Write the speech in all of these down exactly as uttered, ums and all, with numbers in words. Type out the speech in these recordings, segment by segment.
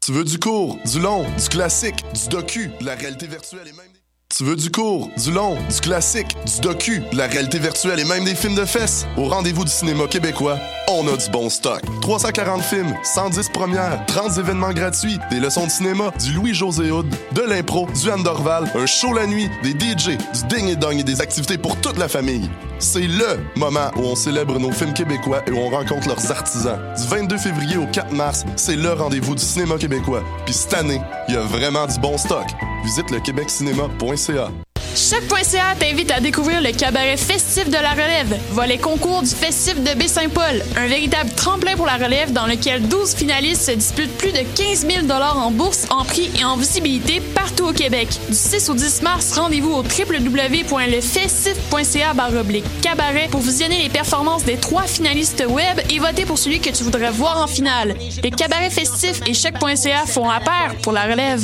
Tu veux du court, du long, du classique, du docu, de la réalité virtuelle et même des... Tu veux du court, du long, du classique, du docu, de la réalité virtuelle et même des films de fesses? Au rendez-vous du cinéma québécois, on a du bon stock. trois cent quarante films, cent dix premières, trente événements gratuits, des leçons de cinéma, du Louis-José Hood, de l'impro, du Anne Dorval, un show la nuit, des D J, du ding et dong et des activités pour toute la famille. C'est LE moment où on célèbre nos films québécois et où on rencontre leurs artisans. Du vingt-deux février au quatre mars, c'est le rendez-vous du cinéma québécois. Puis cette année, il y a vraiment du bon stock. Visite le québec cinéma point c a. Choc point c a t'invite à découvrir le cabaret festif de la relève, volet concours du festif de Baie-Saint-Paul, un véritable tremplin pour la relève dans lequel douze finalistes se disputent plus de quinze mille dollars en bourse, en prix et en visibilité partout au Québec. Du six au dix mars, rendez-vous au w w w point le festif point c a barre oblique cabaret pour visionner les performances des trois finalistes web et voter pour celui que tu voudrais voir en finale. Le cabaret festif et Choc point c a font à pair pour la relève.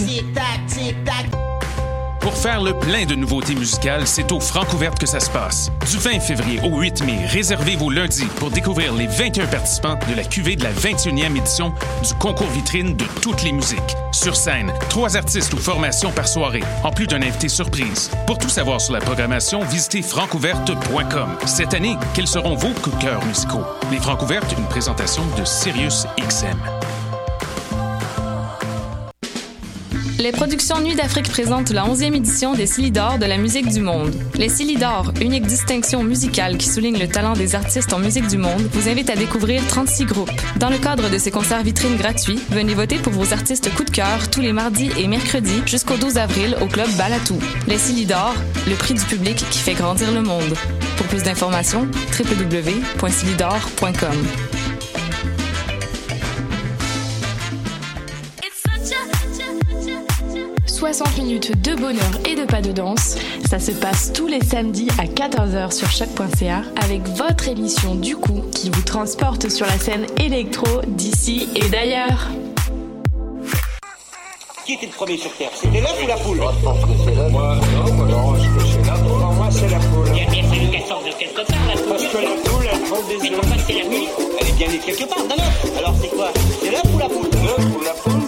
Pour faire le plein de nouveautés musicales, c'est au Francouverte que ça se passe. Du vingt février au huit mai, réservez vos lundis pour découvrir les vingt et un participants de la cuvée de la vingt et unième édition du concours vitrine de toutes les musiques. Sur scène, trois artistes ou formations par soirée, en plus d'un invité surprise. Pour tout savoir sur la programmation, visitez francouverte point com. Cette année, quels seront vos coups de cœur musicaux? Les Francouvertes, une présentation de Sirius X M. Les productions Nuit d'Afrique présentent la onzième édition des Silidor de la musique du monde. Les Silidor, unique distinction musicale qui souligne le talent des artistes en musique du monde, vous invite à découvrir trente-six groupes. Dans le cadre de ces concerts vitrines gratuits, venez voter pour vos artistes coup de cœur tous les mardis et mercredis jusqu'au douze avril au club Balatou. Les Silidor, le prix du public qui fait grandir le monde. Pour plus d'informations, w w w point silidor point com. soixante minutes de bonheur et de pas de danse. Ça se passe tous les samedis à quatorze heures sur choc point c a avec votre émission du coup qui vous transporte sur la scène électro d'ici et d'ailleurs. Qui était le premier sur Terre? C'était l'œuf ou la poule? Moi, je pense que c'est l'œuf. Moi, non, moi, non, je pense que c'est la poule. Non, moi, c'est la poule. Il y a bien fallu qu'elle sorte de quelque part, la poule. Parce que la poule, elle prend des œufs. Mais pourquoi c'est la nuit? Elle est bien née quelque part, d'un œuf. Alors c'est quoi? C'est l'œuf ou la poule? L'œuf ou la poule?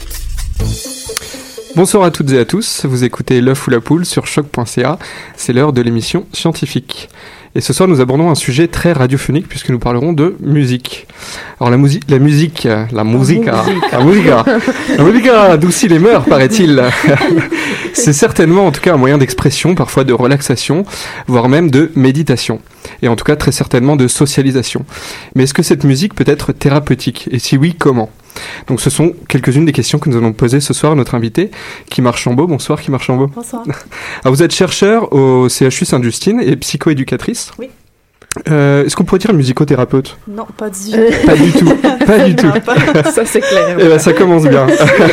Bonsoir à toutes et à tous, vous écoutez L'œuf ou la poule sur choc point c a, c'est l'heure de l'émission scientifique. Et ce soir nous abordons un sujet très radiophonique puisque nous parlerons de musique. Alors la, musi- la musique, la musique, la musique, la musique, la musique adoucit les mœurs paraît-il. C'est certainement en tout cas un moyen d'expression, parfois de relaxation, voire même de méditation. Et en tout cas très certainement de socialisation. Mais est-ce que cette musique peut être thérapeutique? Et si oui, comment? Donc ce sont quelques-unes des questions que nous allons poser ce soir à notre invité, Kimar Chambaud. Bonsoir Kimar Chambaud. Bonsoir. Alors, vous êtes chercheur au C H U Sainte-Justine et psychoéducatrice. Oui. Euh, est-ce qu'on pourrait dire musicothérapeute? Non, pas du tout. Euh... Pas du tout. Pas du tout. Pas. Ça c'est clair. Eh ben ça commence bien.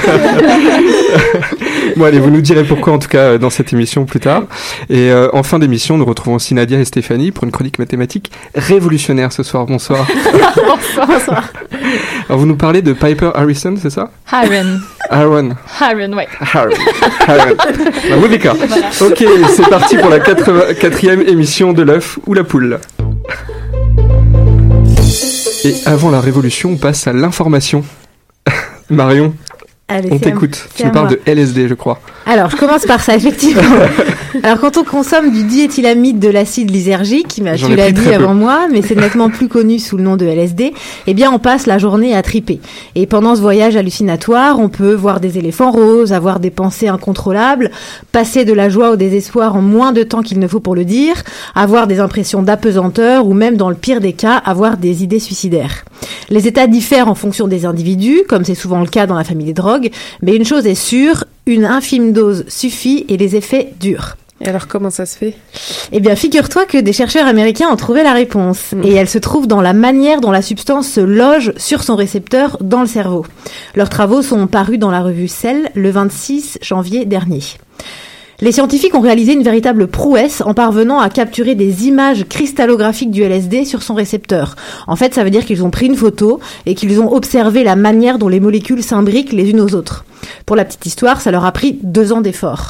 Bon allez, vous nous direz pourquoi en tout cas dans cette émission plus tard. Et euh, en fin d'émission, nous retrouvons aussi Nadia et Stéphanie pour une chronique mathématique révolutionnaire ce soir. Bonsoir. Bonsoir. Bonsoir. Alors vous nous parlez de Piper Harrison, c'est ça? Aaron. Aaron. Aaron, ouais. Aaron. Aaron. Bah, oui, d'accord. Voilà. Ok, c'est parti pour la quatre-vingt-quatrième émission de l'œuf ou la poule. Et avant la révolution, on passe à l'information. Marion, allez, on t'écoute. À, tu nous parles de L S D, je crois. Alors, je commence par ça, effectivement. Alors, quand on consomme du diéthylamide de l'acide lysergique, bah, tu l'as dit avant moi, mais c'est nettement plus connu sous le nom de L S D, eh bien, on passe la journée à triper. Et pendant ce voyage hallucinatoire, on peut voir des éléphants roses, avoir des pensées incontrôlables, passer de la joie au désespoir en moins de temps qu'il ne faut pour le dire, avoir des impressions d'apesanteur ou même, dans le pire des cas, avoir des idées suicidaires. Les états diffèrent en fonction des individus, comme c'est souvent le cas dans la famille des drogues, mais une chose est sûre, une infime dose suffit et les effets durent. Et alors, comment ça se fait? Eh bien, figure-toi que des chercheurs américains ont trouvé la réponse. Mmh. Et elle se trouve dans la manière dont la substance se loge sur son récepteur dans le cerveau. Leurs travaux sont parus dans la revue Cell le vingt-six janvier dernier. Les scientifiques ont réalisé une véritable prouesse en parvenant à capturer des images cristallographiques du L S D sur son récepteur. En fait, ça veut dire qu'ils ont pris une photo et qu'ils ont observé la manière dont les molécules s'imbriquent les unes aux autres. Pour la petite histoire, ça leur a pris deux ans d'efforts.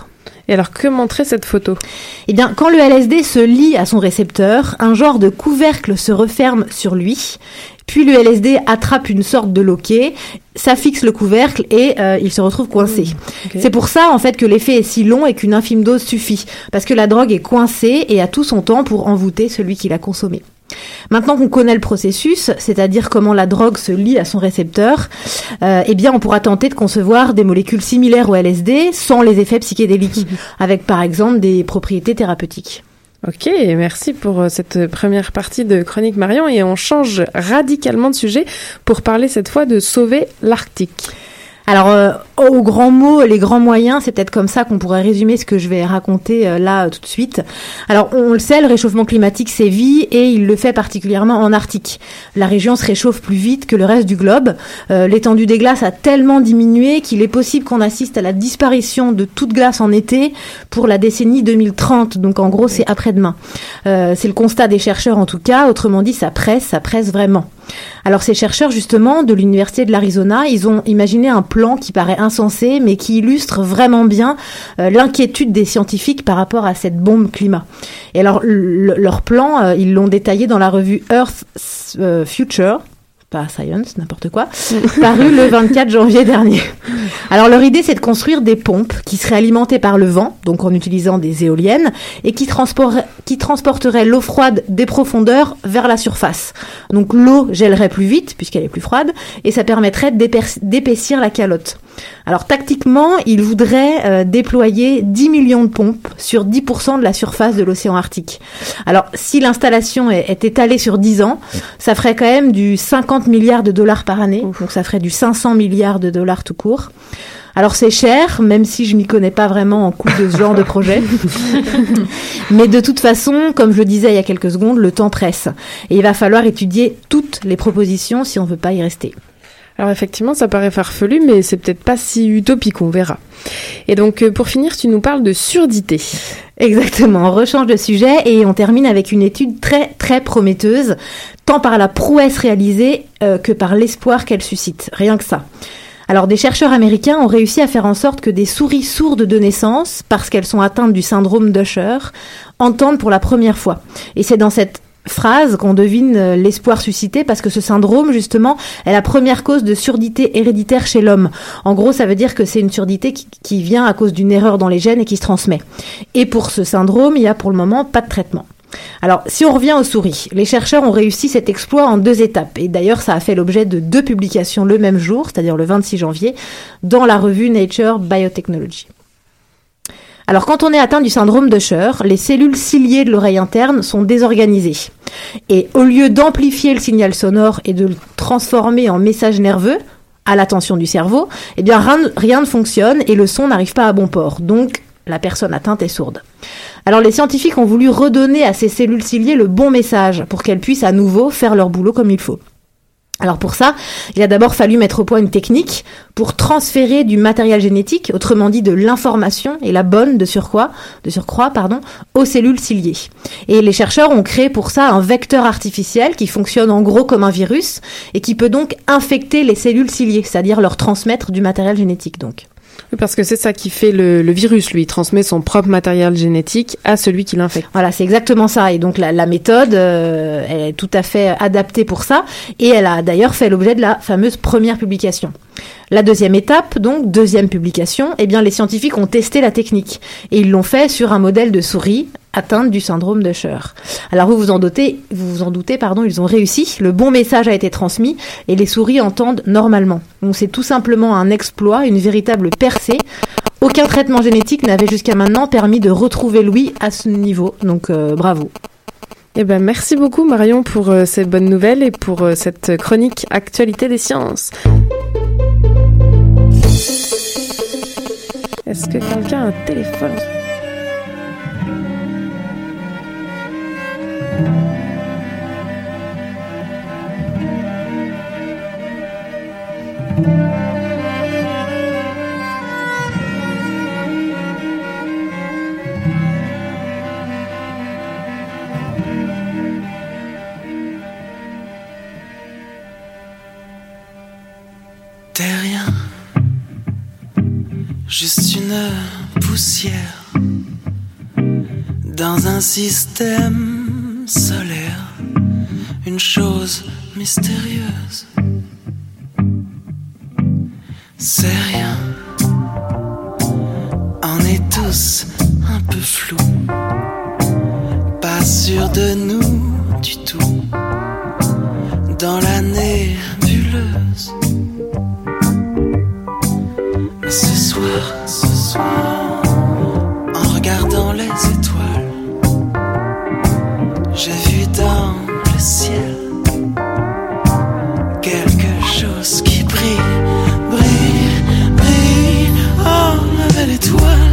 Et alors, que montrait cette photo ? Eh bien, quand le L S D se lie à son récepteur, un genre de couvercle se referme sur lui, puis le L S D attrape une sorte de loquet, ça fixe le couvercle et euh, il se retrouve coincé. Mmh, okay. C'est pour ça, en fait, que l'effet est si long et qu'une infime dose suffit, parce que la drogue est coincée et a tout son temps pour envoûter celui qui l'a consommée. Maintenant qu'on connaît le processus, c'est-à-dire comment la drogue se lie à son récepteur, euh, eh bien, on pourra tenter de concevoir des molécules similaires au L S D sans les effets psychédéliques, avec par exemple des propriétés thérapeutiques. Ok, merci pour cette première partie de Chronique Marion et on change radicalement de sujet pour parler cette fois de sauver l'Arctique. Alors, euh, aux grands mots, les grands moyens, c'est peut-être comme ça qu'on pourrait résumer ce que je vais raconter euh, là tout de suite. Alors, on le sait, le réchauffement climatique sévit et il le fait particulièrement en Arctique. La région se réchauffe plus vite que le reste du globe. Euh, l'étendue des glaces a tellement diminué qu'il est possible qu'on assiste à la disparition de toute glace en été pour la décennie deux mille trente. Donc, en gros, c'est après-demain. Euh, c'est le constat des chercheurs en tout cas. Autrement dit, ça presse, ça presse vraiment. Alors ces chercheurs justement de l'université de l'Arizona, ils ont imaginé un plan qui paraît insensé mais qui illustre vraiment bien euh, l'inquiétude des scientifiques par rapport à cette bombe climat. Et alors le, leur plan, euh, ils l'ont détaillé dans la revue Earth euh, Future, pas Science, n'importe quoi, paru le vingt-quatre janvier dernier. Alors leur idée, c'est de construire des pompes qui seraient alimentées par le vent, donc en utilisant des éoliennes, et qui, transport- qui transporteraient l'eau froide des profondeurs vers la surface. Donc l'eau gèlerait plus vite, puisqu'elle est plus froide, et ça permettrait d'épaissir, d'épaissir la calotte. Alors tactiquement, ils voudraient euh, déployer dix millions de pompes sur dix pour cent de la surface de l'océan Arctique. Alors si l'installation est, est étalée sur dix ans, ça ferait quand même du cinquante milliards de dollars par année, donc ça ferait du cinq cents milliards de dollars tout court. Alors c'est cher, même si je m'y connais pas vraiment en coût de ce genre de projet. Mais de toute façon, comme je le disais il y a quelques secondes, le temps presse. Et il va falloir étudier toutes les propositions si on veut pas y rester. Alors effectivement, ça paraît farfelu, mais c'est peut-être pas si utopique, on verra. Et donc, pour finir, tu nous parles de surdité. Exactement, on rechange de sujet et on termine avec une étude très très prometteuse, tant par la prouesse réalisée euh, que par l'espoir qu'elle suscite. Rien que ça. Alors, des chercheurs américains ont réussi à faire en sorte que des souris sourdes de naissance, parce qu'elles sont atteintes du syndrome d'Usher, entendent pour la première fois. Et c'est dans cette phrase qu'on devine l'espoir suscité parce que ce syndrome, justement, est la première cause de surdité héréditaire chez l'homme. En gros, ça veut dire que c'est une surdité qui, qui vient à cause d'une erreur dans les gènes et qui se transmet. Et pour ce syndrome, il y a pour le moment pas de traitement. Alors, si on revient aux souris, les chercheurs ont réussi cet exploit en deux étapes. Et d'ailleurs, ça a fait l'objet de deux publications le même jour, c'est-à-dire le vingt-six janvier, dans la revue Nature Biotechnology. Alors, quand on est atteint du syndrome d'Usher, les cellules ciliées de l'oreille interne sont désorganisées. Et au lieu d'amplifier le signal sonore et de le transformer en message nerveux, à l'attention du cerveau, eh bien, rien, rien ne fonctionne et le son n'arrive pas à bon port. Donc, la personne atteinte est sourde. Alors, les scientifiques ont voulu redonner à ces cellules ciliées le bon message pour qu'elles puissent à nouveau faire leur boulot comme il faut. Alors pour ça, il a d'abord fallu mettre au point une technique pour transférer du matériel génétique, autrement dit de l'information, et la bonne de surcroît, de surcroît, pardon, aux cellules ciliées. Et les chercheurs ont créé pour ça un vecteur artificiel qui fonctionne en gros comme un virus et qui peut donc infecter les cellules ciliées, c'est-à-dire leur transmettre du matériel génétique donc. Oui, parce que c'est ça qui fait le, le virus, lui. Il transmet son propre matériel génétique à celui qui l'infecte. Voilà, c'est exactement ça. Et donc, la, la méthode euh, elle est tout à fait adaptée pour ça. Et elle a d'ailleurs fait l'objet de la fameuse première publication. La deuxième étape, donc, deuxième publication, eh bien, les scientifiques ont testé la technique. Et ils l'ont fait sur un modèle de souris atteinte du syndrome d'Usher. Alors, vous vous en doutez, vous vous en doutez, pardon, ils ont réussi. Le bon message a été transmis et les souris entendent normalement. Donc, c'est tout simplement un exploit, une véritable percée. Aucun traitement génétique n'avait jusqu'à maintenant permis de retrouver l'ouïe à ce niveau. Donc, euh, bravo. Eh ben, merci beaucoup, Marion, pour euh, ces bonnes nouvelles et pour euh, cette chronique Actualité des sciences. Est-ce que quelqu'un a un téléphone ? T'es rien, juste une poussière Dans un système solaire, une chose mystérieuse. C'est rien, on est tous un peu flous, pas sûrs de nous du tout, dans la nébuleuse. Mais ce soir, ce soir, en regardant les étoiles, j'ai vu dans le ciel quelque chose qui brille, brille, brille. Oh, la belle étoile.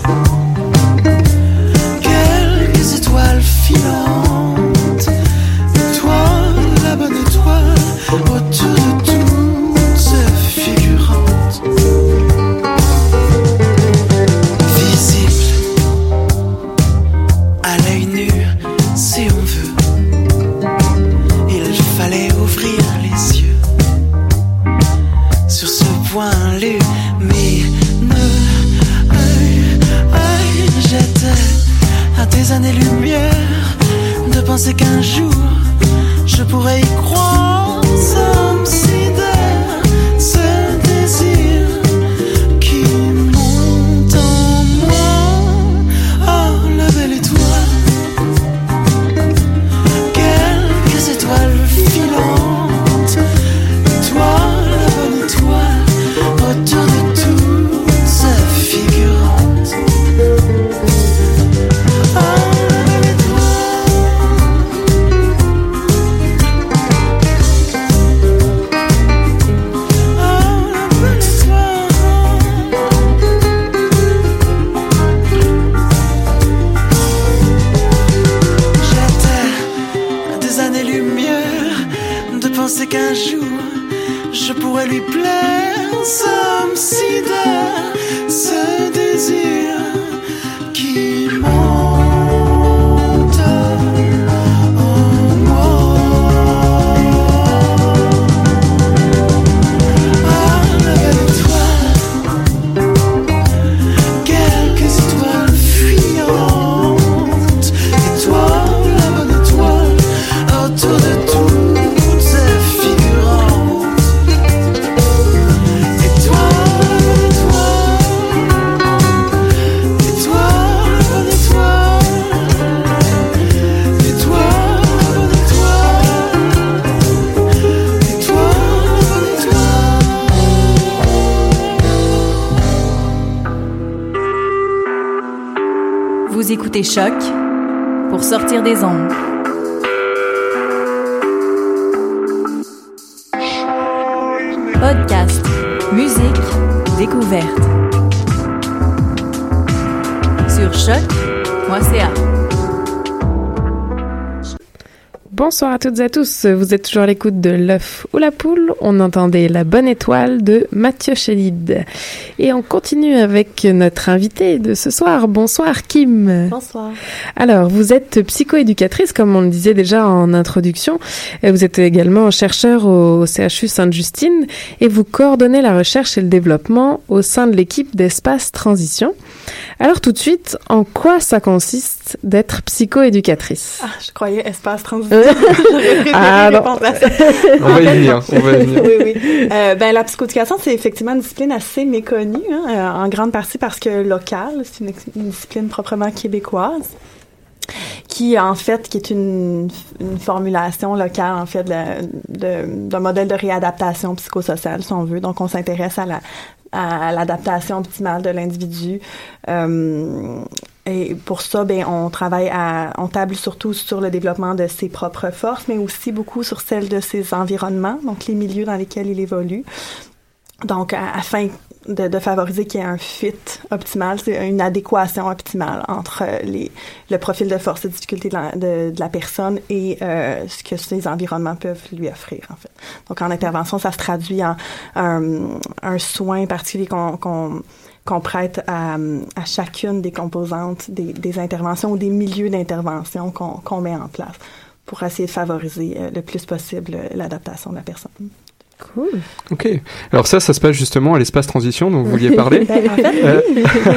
Quelques étoiles filantes. Toi, la bonne étoile, autour de toutes ces figurantes. Visible à l'œil nu, si on veut. Il fallait ouvrir les yeux sur ce point lumineux. Aïe, aïe, j'étais à des années-lumière de penser qu'un jour je pourrais y croire. Ça me sidère, ce désir qui monte en moi. Oh, la belle étoile. Quelques étoiles filantes. Toi, la bonne étoile, autour de toutes ces figurantes. Oh, la belle étoile. Oh, la belle étoile. J'étais à des années-lumière de penser qu'un jour je pourrais lui plaire. Ça me sidère, ce désir qui monte en moi. Ah, la belle étoile. Quelques étoiles fuyantes. Et toi, la bonne étoile, autour de toutes ces figurantes. Et toi, la bonne étoile. Et toi, la bonne étoile. Et toi, la bonne étoile. Et toi, la bonne étoile. Vous écoutez Choc pour sortir des ondes. Podcast, musique, découverte. Sur choc point c a. Bonsoir à toutes et à tous, vous êtes toujours à l'écoute de l'œuf ou la poule, on entendait La Bonne Étoile de Mathieu Chédid. Et on continue avec notre invité de ce soir. Bonsoir Kim. Bonsoir. Alors, vous êtes psychoéducatrice, comme on le disait déjà en introduction. Vous êtes également chercheur au C H U Sainte-Justine et vous coordonnez la recherche et le développement au sein de l'équipe d'Espace Transition. Alors tout de suite, en quoi ça consiste d'être psychoéducatrice? Ah, je croyais Espace Transition. Ah non. On va y venir, on va y venir. Oui, oui. Euh, ben, la psychoéducation, c'est effectivement une discipline assez méconnue, hein, euh, en grande partie parce que locale, c'est une, une discipline proprement québécoise, qui en fait, qui est une, une formulation locale en fait de, de, d'un modèle de réadaptation psychosociale, si on veut. Donc, on s'intéresse à la à l'adaptation optimale de l'individu. Euh, et pour ça, ben, on travaille à, on table surtout sur le développement de ses propres forces, mais aussi beaucoup sur celles de ses environnements, donc les milieux dans lesquels il évolue. Donc, à, afin de, de favoriser qu'il y ait un fit optimal, c'est une adéquation optimale entre les, le profil de force et de difficulté de la, de, de la personne et euh, ce que ses environnements peuvent lui offrir, en fait. Donc, en intervention, ça se traduit en un, un soin particulier qu'on, qu'on, qu'on prête à, à chacune des composantes des, des interventions ou des milieux d'intervention qu'on, qu'on met en place pour essayer de favoriser le plus possible l'adaptation de la personne. Cool. Ok. Alors ça, ça se passe justement à l'espace transition dont vous vouliez parler. Ben, en fait, euh...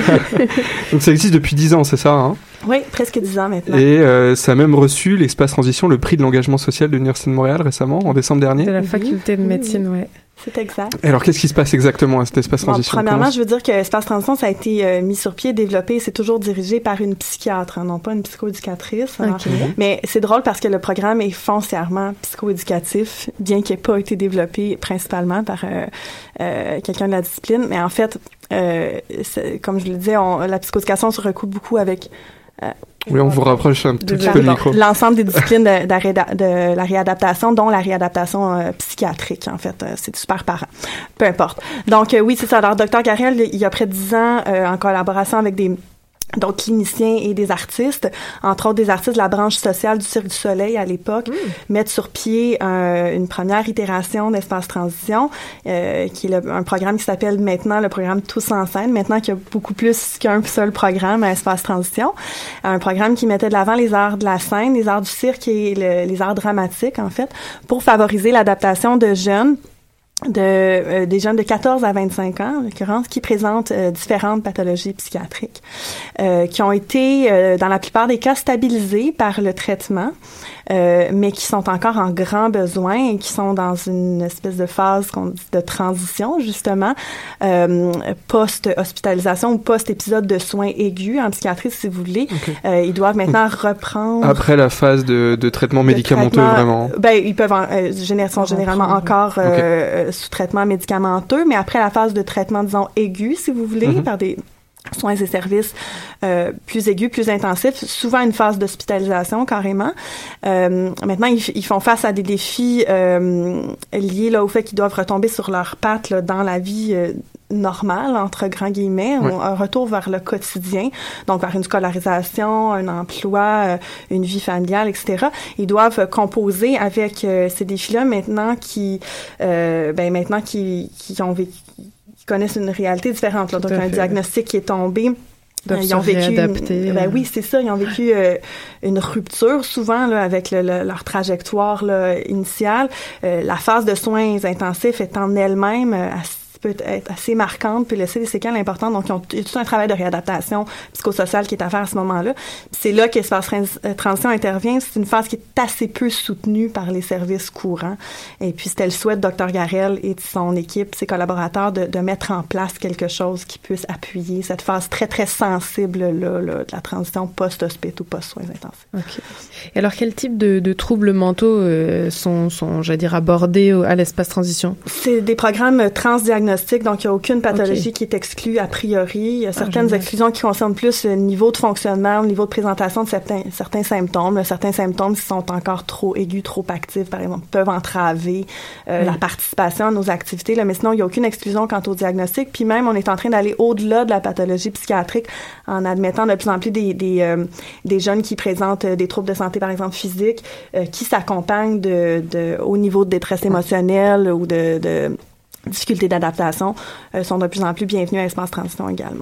Donc ça existe depuis dix ans, c'est ça, hein? Oui, presque dix ans maintenant. Et euh, ça a même reçu l'espace transition, le prix de l'engagement social de l'Université de Montréal récemment, en décembre dernier. De la faculté de médecine, ouais. C'est exact. Et alors, qu'est-ce qui se passe exactement à cet espace bon, transition? Premièrement, je veux dire que l'espace transition, ça a été euh, mis sur pied, développé, c'est toujours dirigé par une psychiatre, hein, non pas une psychoéducatrice. Hein. Okay. Mais c'est drôle parce que le programme est foncièrement psychoéducatif, bien qu'il n'ait pas été développé principalement par euh, euh, quelqu'un de la discipline. Mais en fait, euh, comme je le disais, on, la psychoéducation se recoupe beaucoup avec... Euh, Oui, on vous rapproche un tout petit peu le micro. L'ensemble des disciplines de, de, de la réadaptation, dont la réadaptation euh, psychiatrique, en fait. Euh, c'est super parent. Peu importe. Donc, euh, oui, c'est ça. Alors, docteur Garel, il y a près de dix ans, euh, en collaboration avec des d'autres cliniciens et des artistes, entre autres des artistes de la branche sociale du Cirque du Soleil à l'époque, mmh. mettent sur pied euh, une première itération d'Espace Transition, euh, qui est le, un programme qui s'appelle maintenant le programme Tous en scène, maintenant qu'il y a beaucoup plus qu'un seul programme à Espace Transition. Un programme qui mettait de l'avant les arts de la scène, les arts du cirque et le, les arts dramatiques, en fait, pour favoriser l'adaptation de jeunes de euh, des jeunes de quatorze à vingt-cinq ans, en l'occurrence, qui présentent euh, différentes pathologies psychiatriques, euh, qui ont été, euh, dans la plupart des cas, stabilisés par le traitement, euh, mais qui sont encore en grand besoin et qui sont dans une espèce de phase qu'on dit de transition, justement, euh, post-hospitalisation ou post-épisode de soins aigus en psychiatrie, si vous voulez. Okay. Euh, ils doivent maintenant Donc, reprendre... Après la phase de, de traitement médicamenteux, traitement, vraiment? Ben, ils peuvent, en, euh, génér- sont généralement encore... Euh, okay. sous traitement médicamenteux, mais après la phase de traitement, disons, aigu, si vous voulez, mm-hmm. par des soins et services euh, plus aigus, plus intensifs, souvent une phase d'hospitalisation, carrément. Euh, maintenant, ils, ils font face à des défis euh, liés là, au fait qu'ils doivent retomber sur leurs pattes là, dans la vie euh, normale, entre grands guillemets, oui. un retour vers le quotidien, donc vers une scolarisation, un emploi, euh, une vie familiale, et cetera. Ils doivent composer avec euh, ces défis-là maintenant qui, euh, ben maintenant qui, qui ont vécu, qui connaissent une réalité différente. Là. Donc un fait. diagnostic qui est tombé. Euh, ils ont vécu une, ben oui, c'est ça, ils ont vécu euh, une rupture souvent là avec le, le, leur trajectoire là, initiale. Euh, la phase de soins intensifs est en elle-même euh, assez peut être assez marquante, puis laisser des séquelles importantes. Donc, ils ont, il y a tout un travail de réadaptation psychosociale qui est à faire à ce moment-là. Puis c'est là qu'Espace Transition intervient. C'est une phase qui est assez peu soutenue par les services courants. Et puis, c'était le souhait de docteur Garel et de son équipe, ses collaborateurs, de, de mettre en place quelque chose qui puisse appuyer cette phase très, très sensible là, là, de la transition post-hospice ou post-soins intensifs. OK. Et alors, quel type de, de troubles mentaux euh, sont, sont, j'allais dire, abordés à l'Espace Transition? C'est des programmes transdiagnostiques. Donc, il n'y a aucune pathologie okay. qui est exclue a priori. Il y a certaines ah, exclusions qui concernent plus le niveau de fonctionnement, le niveau de présentation de certains, certains symptômes. Certains symptômes qui sont encore trop aigus, trop actifs, par exemple, peuvent entraver euh, oui. la participation à nos activités. Là. Mais sinon, il n'y a aucune exclusion quant au diagnostic. Puis même, on est en train d'aller au-delà de la pathologie psychiatrique en admettant de plus en plus des, des, euh, des jeunes qui présentent des troubles de santé, par exemple, physiques, euh, qui s'accompagnent de, de, au niveau de détresse émotionnelle ou de... de difficultés d'adaptation euh, sont de plus en plus bienvenus à Espace Transition également.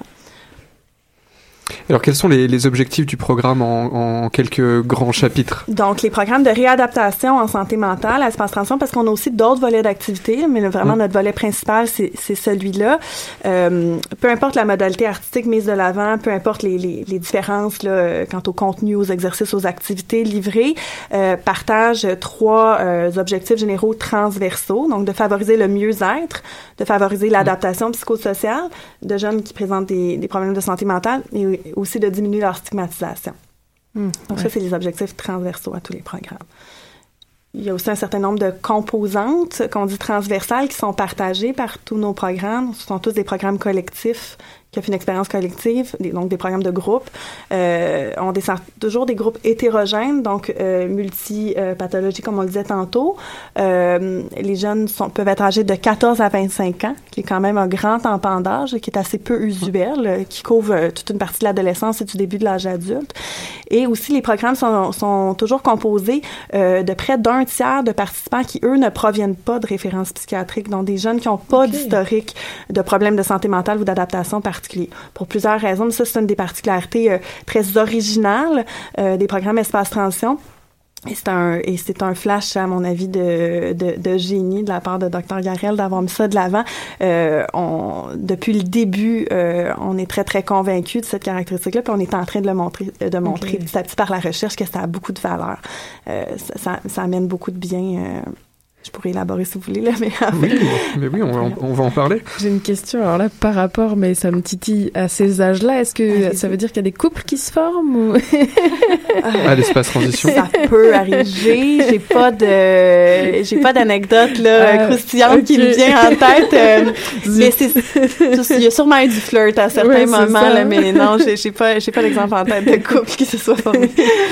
Alors, quels sont les, les objectifs du programme en, en quelques grands chapitres? Donc, les programmes de réadaptation en santé mentale à Espace Transition, parce qu'on a aussi d'autres volets d'activité, mais vraiment, mmh. notre volet principal, c'est, c'est celui-là. Euh, peu importe la modalité artistique mise de l'avant, peu importe les, les, les différences là, quant au contenu, aux exercices, aux activités livrées, euh, partage trois euh, objectifs généraux transversaux, donc de favoriser le mieux-être, de favoriser l'adaptation psychosociale de jeunes qui présentent des, des problèmes de santé mentale et aussi de diminuer leur stigmatisation. Mmh, Donc ouais. ça, c'est les objectifs transversaux à tous les programmes. Il y a aussi un certain nombre de composantes qu'on dit transversales qui sont partagées par tous nos programmes. Ce sont tous des programmes collectifs qui offrent une expérience collective, des, donc des programmes de groupe. Euh, on descend toujours des groupes hétérogènes, donc euh, multi-pathologies, comme on le disait tantôt. Euh, les jeunes sont, peuvent être âgés de quatorze à vingt-cinq ans, qui est quand même un grand tampon d'âge, qui est assez peu usuel, euh, qui couvre euh, toute une partie de l'adolescence et du début de l'âge adulte. Et aussi, les programmes sont, sont toujours composés euh, de près d'un tiers de participants qui, eux, ne proviennent pas de références psychiatriques, donc des jeunes qui n'ont pas okay. d'historique de problèmes de santé mentale ou d'adaptation particuliers. Pour plusieurs raisons, mais ça, c'est une des particularités euh, très originales euh, des programmes Espace Transition. Et c'est un et c'est un flash, à mon avis, de de, de génie de la part de docteur Garrel d'avoir mis ça de l'avant. Euh, on depuis le début, euh, on est très très convaincus de cette caractéristique-là, puis on est en train de le montrer, de montrer okay. petit à petit par la recherche que ça a beaucoup de valeur. Euh, ça, ça, ça amène beaucoup de bien. Euh, Je pourrais élaborer si vous voulez, là, mais... Oui, mais oui, on va, en, on va en parler. J'ai une question, alors là, par rapport, mais ça me titille à ces âges-là, est-ce que ah, ça veut dire qu'il y a des couples qui se forment ou... À l'espace transition. Ça peut arriver, j'ai pas de... J'ai pas d'anecdote, là, ah, croustillante okay. qui me vient en tête, euh, mais c'est... Il y a sûrement eu du flirt à certains ouais, moments, là, mais non, j'ai, j'ai pas, j'ai pas d'exemple en tête de couple qui se soit formé.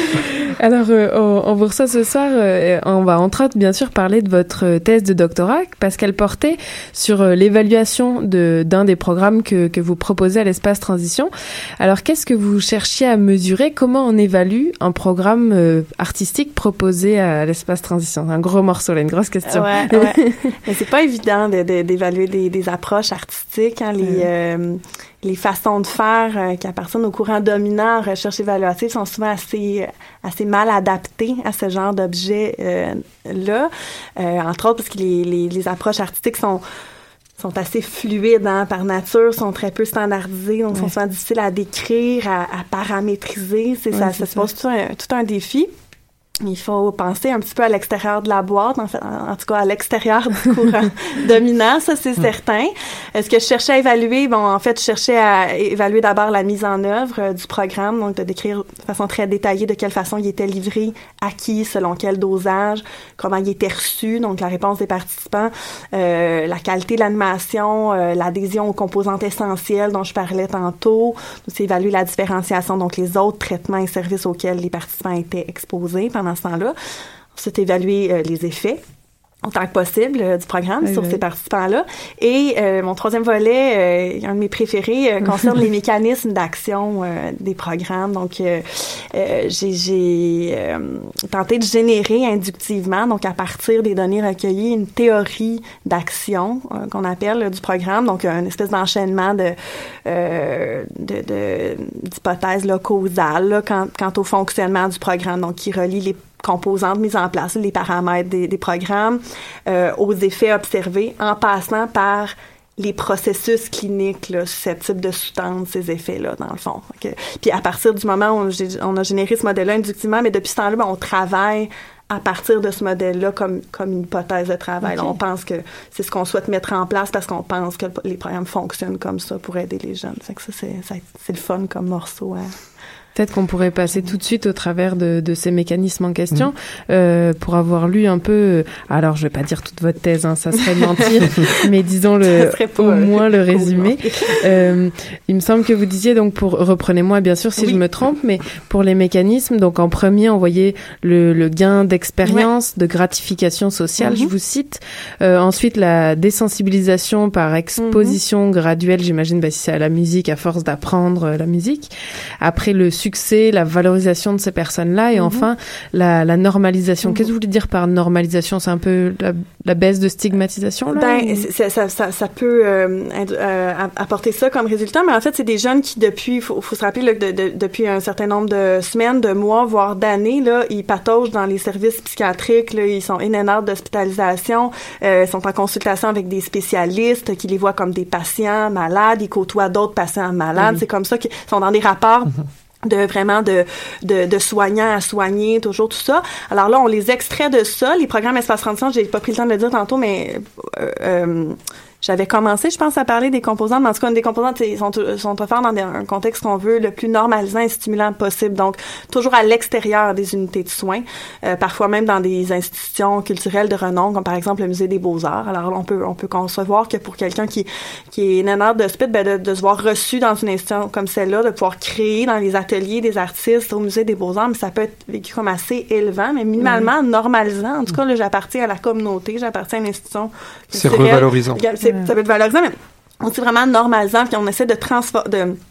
Alors, euh, on, on vous reçoit ce soir, euh, on va entre autres, bien sûr, parler de votre thèse de doctorat, parce qu'elle portait sur euh, l'évaluation de, d'un des programmes que, que vous proposez à l'Espace Transition. Alors, qu'est-ce que vous cherchiez à mesurer? Comment on évalue un programme euh, artistique proposé à l'Espace Transition? Un gros morceau, là, une grosse question. Ouais, ouais. Mais c'est pas évident de, de, d'évaluer des, des approches artistiques, hein, les... Euh, les façons de faire euh, qui appartiennent au courant dominant en recherche évaluative sont souvent assez assez mal adaptées à ce genre d'objet euh, là, euh, entre autres parce que les, les, les approches artistiques sont sont assez fluides, hein, par nature, sont très peu standardisées, donc ouais. sont souvent difficiles à décrire, à, à paramétriser. C'est, ouais, ça, c'est ça se pose tout un, tout un défi. Il faut penser un petit peu à l'extérieur de la boîte, en fait, en, en tout cas à l'extérieur du courant dominant, ça c'est certain. Ce que je cherchais à évaluer, bon, en fait, je cherchais à évaluer d'abord la mise en œuvre euh, du programme, donc de décrire de façon très détaillée de quelle façon il était livré, à qui, selon quel dosage, comment il était reçu, donc la réponse des participants, euh, la qualité de l'animation, euh, l'adhésion aux composantes essentielles dont je parlais tantôt. C'est évaluer la différenciation, donc les autres traitements et services auxquels les participants étaient exposés pendant ce temps-là. Ensuite, évaluer euh, les effets autant que possible euh, du programme oui, sur oui. ces participants-là. Et euh, mon troisième volet, euh, un de mes préférés, euh, concerne les mécanismes d'action euh, des programmes. Donc, euh, euh, j'ai, j'ai euh, tenté de générer inductivement, donc à partir des données recueillies, une théorie d'action euh, qu'on appelle euh, du programme. Donc, une espèce d'enchaînement de, euh, de, de d'hypothèses là, causales là, quant, quant au fonctionnement du programme, donc qui relie les composantes mises en place, les paramètres des, des programmes, euh, aux effets observés, en passant par les processus cliniques là, susceptibles de sous-tendre ces effets-là, dans le fond. Okay. Puis à partir du moment où on, on a généré ce modèle-là inductivement, mais depuis ce temps-là, ben, on travaille à partir de ce modèle-là comme, comme une hypothèse de travail. Okay. Là, on pense que c'est ce qu'on souhaite mettre en place parce qu'on pense que les programmes fonctionnent comme ça pour aider les jeunes. Fait que ça, c'est, ça, c'est le fun comme morceau. Hein. Peut-être qu'on pourrait passer tout de suite au travers de, de ces mécanismes en question, mmh. euh, pour avoir lu un peu. Alors, je vais pas dire toute votre thèse, hein, ça serait mentir, mais disons le au euh, moins le résumé. Euh, il me semble que vous disiez donc pour reprenez-moi bien sûr si oui. je me trompe, mais pour les mécanismes, donc en premier, on voyait le, le gain d'expérience, ouais. de gratification sociale, mmh. je vous cite. Euh, ensuite, la désensibilisation par exposition mmh. graduelle, j'imagine, bah, si c'est à la musique, à force d'apprendre euh, la musique. Après le succès, la valorisation de ces personnes-là et mm-hmm. enfin la, la normalisation. Mm-hmm. Qu'est-ce que vous voulez dire par normalisation? C'est un peu la, la baisse de stigmatisation là? Ben, c'est, ça, ça, ça peut euh, euh, apporter ça comme résultat, mais en fait, c'est des jeunes qui depuis, faut, faut se rappeler là, de, de, depuis un certain nombre de semaines, de mois, voire d'années, là, ils pataugent dans les services psychiatriques, là, ils sont in and out d'hospitalisation, euh, sont en consultation avec des spécialistes qui les voient comme des patients malades, ils côtoient d'autres patients malades, mm-hmm. c'est comme ça qu'ils sont dans des rapports mm-hmm. de vraiment de, de de soignants à soigner, toujours tout ça. Alors là, on les extrait de ça. Les programmes Espace Transition, j'ai pas pris le temps de le dire tantôt, mais euh, euh, j'avais commencé, je pense, à parler des composantes, mais en tout cas, une des composantes sont, sont offertes dans un contexte qu'on veut le plus normalisant et stimulant possible. Donc, toujours à l'extérieur des unités de soins, euh, parfois même dans des institutions culturelles de renom, comme par exemple le Musée des Beaux-Arts. Alors là, on peut, on peut concevoir que pour quelqu'un qui, qui est nanard de spit, ben de, de se voir reçu dans une institution comme celle-là, de pouvoir créer dans les ateliers des artistes au Musée des Beaux-Arts, mais ça peut être vécu comme assez élevant, mais minimalement mmh. normalisant. En tout cas, là, j'appartiens à la communauté, j'appartiens à une institution C'est revalorisant. C'est, ça peut être valorisant, mais aussi vraiment normalisant, puis on essaie de transformer, de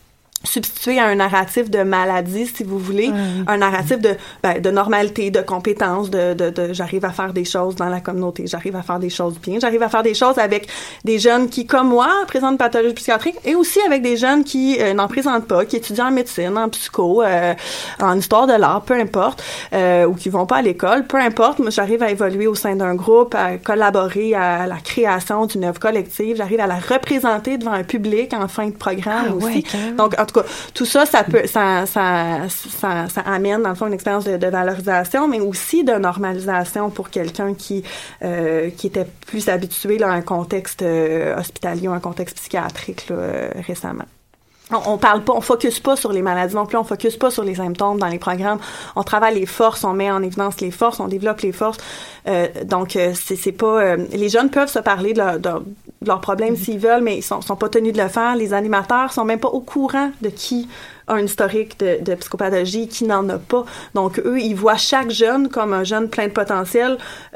substituer à un narratif de maladie, si vous voulez, oui. un narratif de ben, de normalité, de compétence, de, de, de j'arrive à faire des choses dans la communauté, j'arrive à faire des choses bien, j'arrive à faire des choses avec des jeunes qui, comme moi, présentent une pathologie psychiatrique, et aussi avec des jeunes qui euh, n'en présentent pas, qui étudient en médecine, en psycho, euh, en histoire de l'art, peu importe, euh, ou qui vont pas à l'école, peu importe, moi j'arrive à évoluer au sein d'un groupe, à collaborer à la création d'une œuvre collective, j'arrive à la représenter devant un public en fin de programme ah, aussi. Ouais, donc en tout cas, tout ça, ça peut, ça, ça, ça, ça amène dans le fond une expérience de, de valorisation, mais aussi de normalisation pour quelqu'un qui, euh, qui était plus habitué là, à un contexte euh, hospitalier ou un contexte psychiatrique là, euh, récemment. On, on parle pas, on focus pas sur les maladies non plus, on focus pas sur les symptômes dans les programmes. On travaille les forces, on met en évidence les forces, on développe les forces. Euh, donc euh, c'est, c'est pas, euh, les jeunes peuvent se parler de, leur, de, de leurs problèmes s'ils veulent, mais ils sont, sont pas tenus de le faire. Les animateurs sont même pas au courant de qui a un historique de, de psychopathologie, qui n'en a pas. Donc, eux, ils voient chaque jeune comme un jeune plein de potentiel,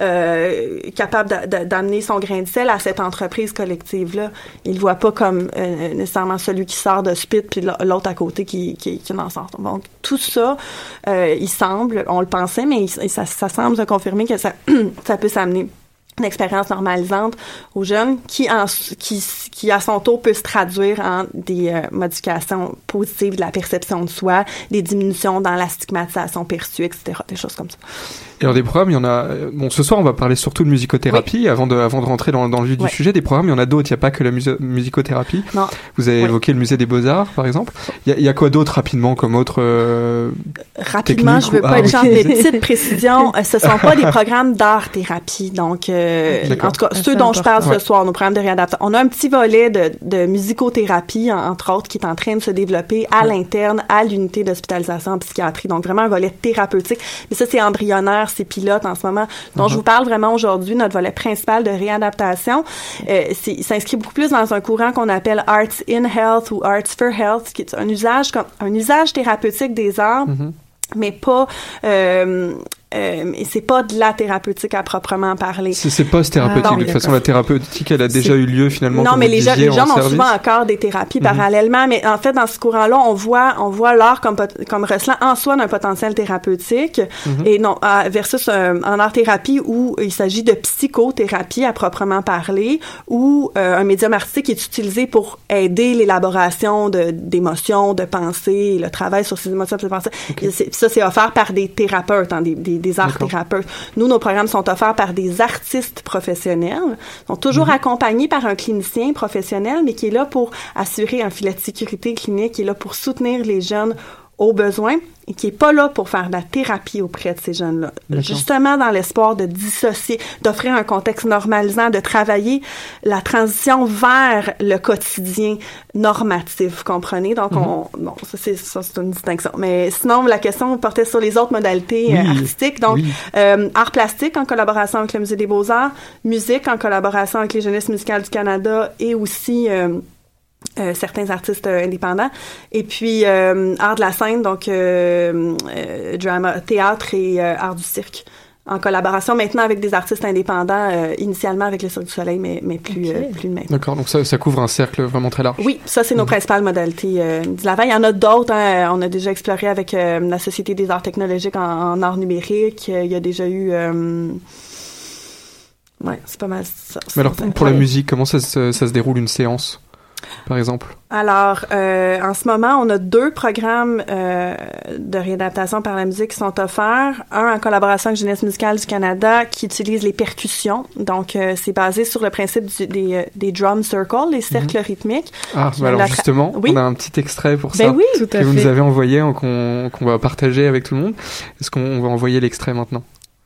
euh, capable de, de, d'amener son grain de sel à cette entreprise collective-là. Ils le voient pas comme euh, nécessairement celui qui sort de Spit puis l'autre à côté qui, qui, qui en sort. Donc, tout ça, euh, il semble, on le pensait, mais il, ça, ça semble se confirmer que ça, ça peut s'amener une expérience normalisante aux jeunes qui, en, qui, qui à son tour peut se traduire en des euh, modifications positives de la perception de soi, des diminutions dans la stigmatisation perçue, et cetera, des choses comme ça. Et alors des programmes, il y en a... Bon, ce soir, on va parler surtout de musicothérapie, oui. avant, de, avant de rentrer dans, dans le vif ouais. du sujet. Des programmes, il y en a d'autres, il n'y a pas que la mus- musicothérapie. Non. Vous avez oui. évoqué le musée des Beaux-Arts, par exemple. Il y a, il y a quoi d'autre, rapidement, comme autre euh, Rapidement, je veux pas être genre des petites précisions. Ce sont pas des programmes d'art-thérapie. Donc, euh, en tout cas, ceux dont important. je parle ouais. ce soir, nos programmes de réadaptation. On a un petit volet de, de musicothérapie, entre autres, qui est en train de se développer à ouais. l'interne, à l'unité d'hospitalisation en psychiatrie. Donc, vraiment un volet thérapeutique. Mais ça, c'est embryonnaire, c'est pilote en ce moment, dont uh-huh. je vous parle vraiment aujourd'hui, notre volet principal de réadaptation. Euh, c'est, il s'inscrit beaucoup plus dans un courant qu'on appelle Arts in Health ou Arts for Health, qui est un usage, comme, un usage thérapeutique des arts, uh-huh. mais pas... Euh, Euh, et c'est pas de la thérapeutique à proprement parler. C'est, c'est post-thérapeutique. Ah, de toute façon, la thérapeutique, elle a déjà c'est... eu lieu finalement. Non, mais les gens, les gens ont souvent encore des thérapies mm-hmm. parallèlement. Mais en fait, dans ce courant-là, on voit, on voit l'art comme comme recelant en soi d'un potentiel thérapeutique, mm-hmm. et non euh, versus euh, en art-thérapie où il s'agit de psychothérapie à proprement parler, où euh, un médium artistique est utilisé pour aider l'élaboration de d'émotions, de pensées, le travail sur ces émotions, ces pensées. Okay. C'est, ça, c'est offert par des thérapeutes, hein, des, des des arts D'accord. thérapeutes. Nous, nos programmes sont offerts par des artistes professionnels, sont toujours mmh. accompagnés par un clinicien professionnel, mais qui est là pour assurer un filet de sécurité clinique, qui est là pour soutenir les jeunes aux besoins et qui est pas là pour faire de la thérapie auprès de ces jeunes-là. D'accord. Justement dans l'espoir de dissocier, d'offrir un contexte normalisant, de travailler la transition vers le quotidien normatif, vous comprenez? Donc, mm-hmm. on, bon, ça c'est, ça, c'est une distinction. Mais sinon, la question portait sur les autres modalités oui. euh, artistiques. Donc, oui. euh, art plastique en collaboration avec le Musée des Beaux-Arts, musique en collaboration avec les Jeunesses musicales du Canada et aussi... Euh, Euh, certains artistes euh, indépendants, et puis euh, art de la scène, donc euh, euh, drama, théâtre et euh, art du cirque, en collaboration maintenant avec des artistes indépendants, euh, initialement avec le Cirque du Soleil, mais, mais plus, okay. euh, plus de même. D'accord, donc ça, ça couvre un cercle vraiment très large. Oui, ça, c'est nos mmh. principales modalités euh, de l'avant. Il y en a d'autres, hein, on a déjà exploré avec euh, la Société des arts technologiques en, en art numérique, il y a déjà eu... Euh, ouais, c'est pas mal ça. Mais alors, pour, pour la musique, comment ça, ça, ça se déroule une séance par exemple? Alors, euh, en ce moment, on a deux programmes euh, de réadaptation par la musique qui sont offerts. Un en collaboration avec Jeunesse musicale du Canada qui utilise les percussions. Donc, euh, c'est basé sur le principe du, des, euh, des drum circles, les cercles mm-hmm. rythmiques. Ah, bah alors tra- justement, oui? on a un petit extrait pour ben ça oui, tout à que vous fait. nous avez envoyé, qu'on, qu'on va partager avec tout le monde. Est-ce qu'on va envoyer l'extrait maintenant?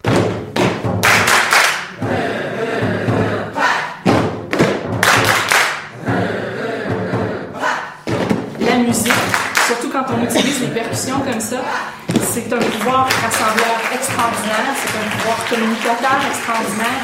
On utilise les percussions comme ça, c'est un pouvoir rassembleur extraordinaire, c'est un pouvoir communicateur extraordinaire.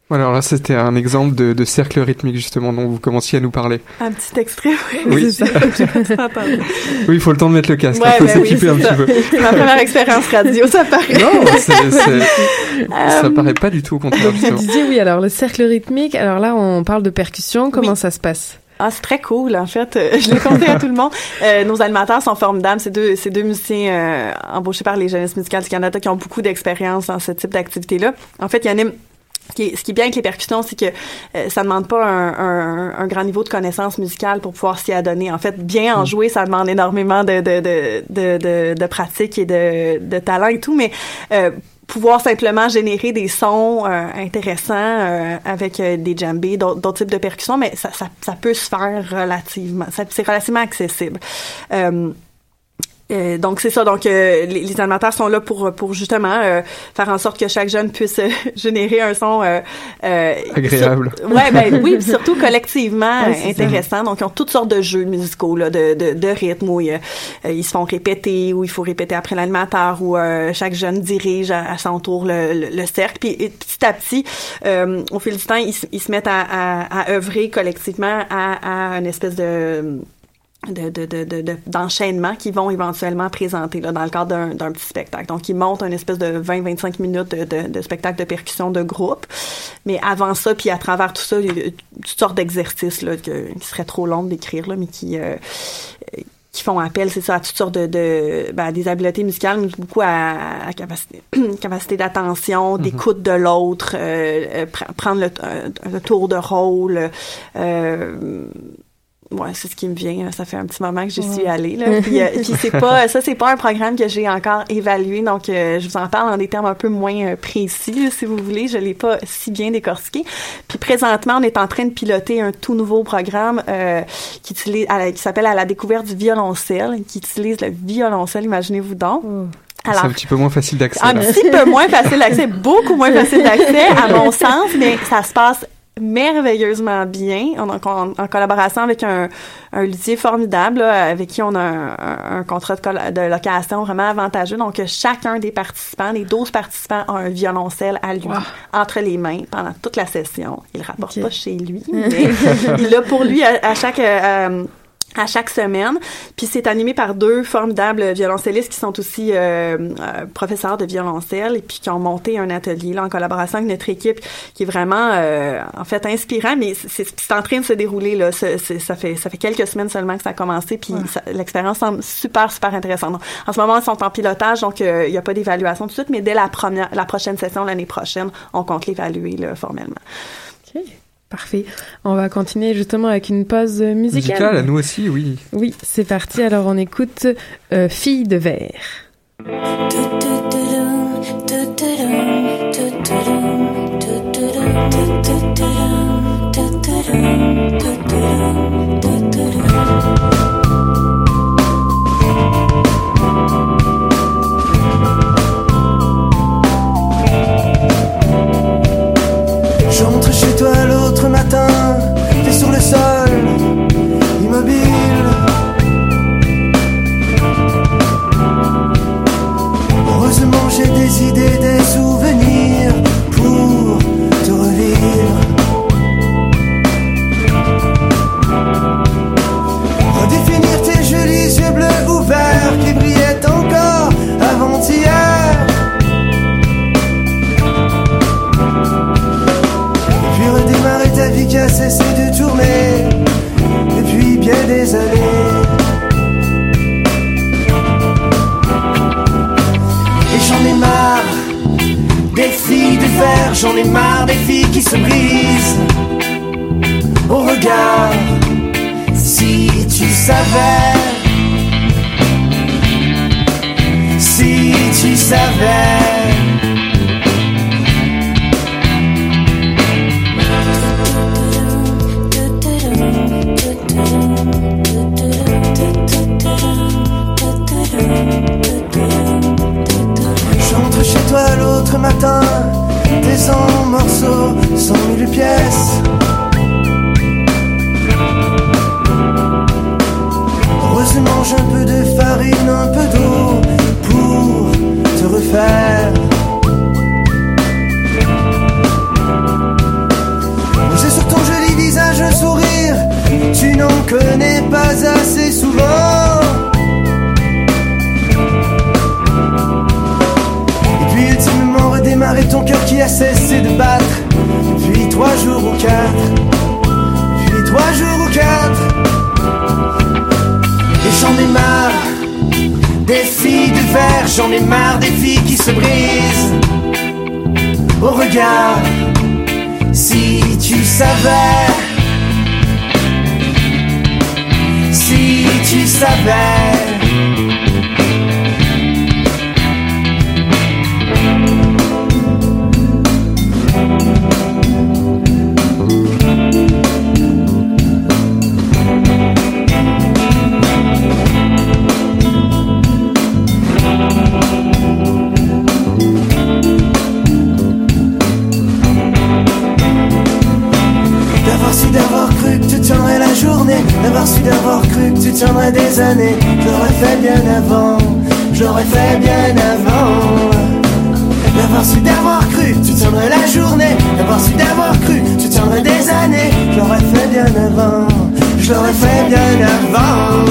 Alors là, c'était un exemple de, de cercle rythmique, justement, dont vous commenciez à nous parler. Un petit extrait, oui. Oui, c'est ça. Oui, il faut le temps de mettre le casque, il ouais, faut ben s'équiper oui, un ça. petit peu. C'est ma première expérience radio, ça paraît. Non, c'est, c'est... ça paraît pas du tout au contraire. Donc, vous disiez, oui, alors le cercle rythmique, alors là, on parle de percussion, comment oui. ça se passe? Ah, c'est très cool, en fait. Euh, je le conseille à tout le monde. Euh, nos animateurs sont formidables. C'est deux, c'est deux musiciens euh, embauchés par les Jeunesses musicales du Canada qui ont beaucoup d'expérience dans ce type d'activité-là. En fait, il y en a... Ce qui, est, ce qui est bien avec les percussions, c'est que euh, ça demande pas un, un, un grand niveau de connaissance musicale pour pouvoir s'y adonner. En fait, bien en jouer, ça demande énormément de, de, de, de, de, de pratique et de, de talent et tout, mais euh, pouvoir simplement générer des sons euh, intéressants euh, avec euh, des djembés, d'autres, d'autres types de percussions, mais ça, ça, ça peut se faire relativement, ça, c'est relativement accessible. Euh, Euh, donc c'est ça, donc euh, les, les animateurs sont là pour pour justement euh, faire en sorte que chaque jeune puisse euh, générer un son euh, euh, agréable. Sur, ouais, ben oui, surtout collectivement ouais, euh, intéressant. Ça. Donc ils ont toutes sortes de jeux musicaux là, de de, de rythme où euh, ils se font répéter, où il faut répéter après l'animateur, où euh, chaque jeune dirige à, à son tour le, le, le cercle. Puis et, petit à petit, euh, au fil du temps, ils, ils se mettent à, à, à œuvrer collectivement à, à une espèce de De, de, de, de, de, d'enchaînement qu'ils vont éventuellement présenter là, dans le cadre d'un, d'un petit spectacle. Donc, ils montent une espèce de vingt à vingt-cinq minutes de, de, de spectacle de percussion de groupe. Mais avant ça, puis à travers tout ça, il y a toutes sortes d'exercices là, que, qui seraient trop longs d'écrire, là, mais qui... Euh, qui font appel, c'est ça, à toutes sortes de, de ben, des habiletés musicales, mais beaucoup à, à capacité, capacité d'attention, mm-hmm. d'écoute de l'autre, euh, pr- prendre le, le tour de rôle, euh, ouais, c'est ce qui me vient. Ça fait un petit moment que j'y suis allée. Là. Puis, euh, puis c'est pas, ça, c'est pas un programme que j'ai encore évalué. Donc, euh, je vous en parle en des termes un peu moins euh, précis, là, si vous voulez. Je l'ai pas si bien décortiqué. Puis présentement, on est en train de piloter un tout nouveau programme euh, qui utilise, à la, qui s'appelle À la découverte du violoncelle, qui utilise le violoncelle. Imaginez-vous donc. Mm. Alors, c'est un petit peu moins facile d'accès. Un là. petit peu moins facile d'accès, beaucoup moins facile d'accès, à mon sens, mais ça se passe merveilleusement bien, en, en, en collaboration avec un, un luthier formidable, là, avec qui on a un, un, un contrat de, col- de location vraiment avantageux. Donc, chacun des participants, les douze participants, ont un violoncelle à lui, wow. entre les mains, pendant toute la session. Il ne rapporte okay. pas chez lui, mais il l'a pour lui à, à chaque... Euh, à chaque semaine. Puis c'est animé par deux formidables violoncellistes qui sont aussi euh, euh, professeurs de violoncelle et puis qui ont monté un atelier là en collaboration avec notre équipe qui est vraiment euh, en fait inspirant, mais c'est, c'est en train de se dérouler là. C'est, c'est, ça fait ça fait quelques semaines seulement que ça a commencé puis ouais. ça, l'expérience semble super super intéressante. Donc, en ce moment ils sont en pilotage donc il euh, y a pas d'évaluation tout de suite, mais dès la première la prochaine session l'année prochaine on compte l'évaluer là formellement. OK. Parfait. On va continuer justement avec une pause musicale. Musicale, nous aussi, oui. Oui, c'est parti. Alors, on écoute euh, Fille de verre. J'entre chez toi l'autre matin, t'es sur le sol, immobile. Heureusement j'ai des idées, des souvenirs pour te revivre. Redéfinir tes jolis yeux bleus ouverts qui brillaient encore avant-hier. Redémarrer ta vie qui a cessé de tourner depuis bien des années. Et j'en ai marre des filles de verre, j'en ai marre des filles qui se brisent au regard. Si tu savais, si tu savais. J'entre chez toi l'autre matin, des en morceaux, cent mille pièces. Heureusement j'ai un peu de farine, un peu d'eau pour te refaire. connais pas assez souvent. Et puis ultimement redémarrer ton cœur qui a cessé de battre depuis trois jours ou quatre. Depuis trois jours ou quatre. Et j'en ai marre des filles de verre, j'en ai marre des filles qui se brisent au regard. Si tu savais, si tu savais. D'avoir su, d'avoir cru que tu tiendrais des années. Je l'aurais fait bien avant, je l'aurais fait bien avant. D'avoir su, d'avoir cru que tu tiendrais la journée. D'avoir su, d'avoir cru que tu tiendrais des années. Je l'aurais fait bien avant, je l'aurais fait bien avant.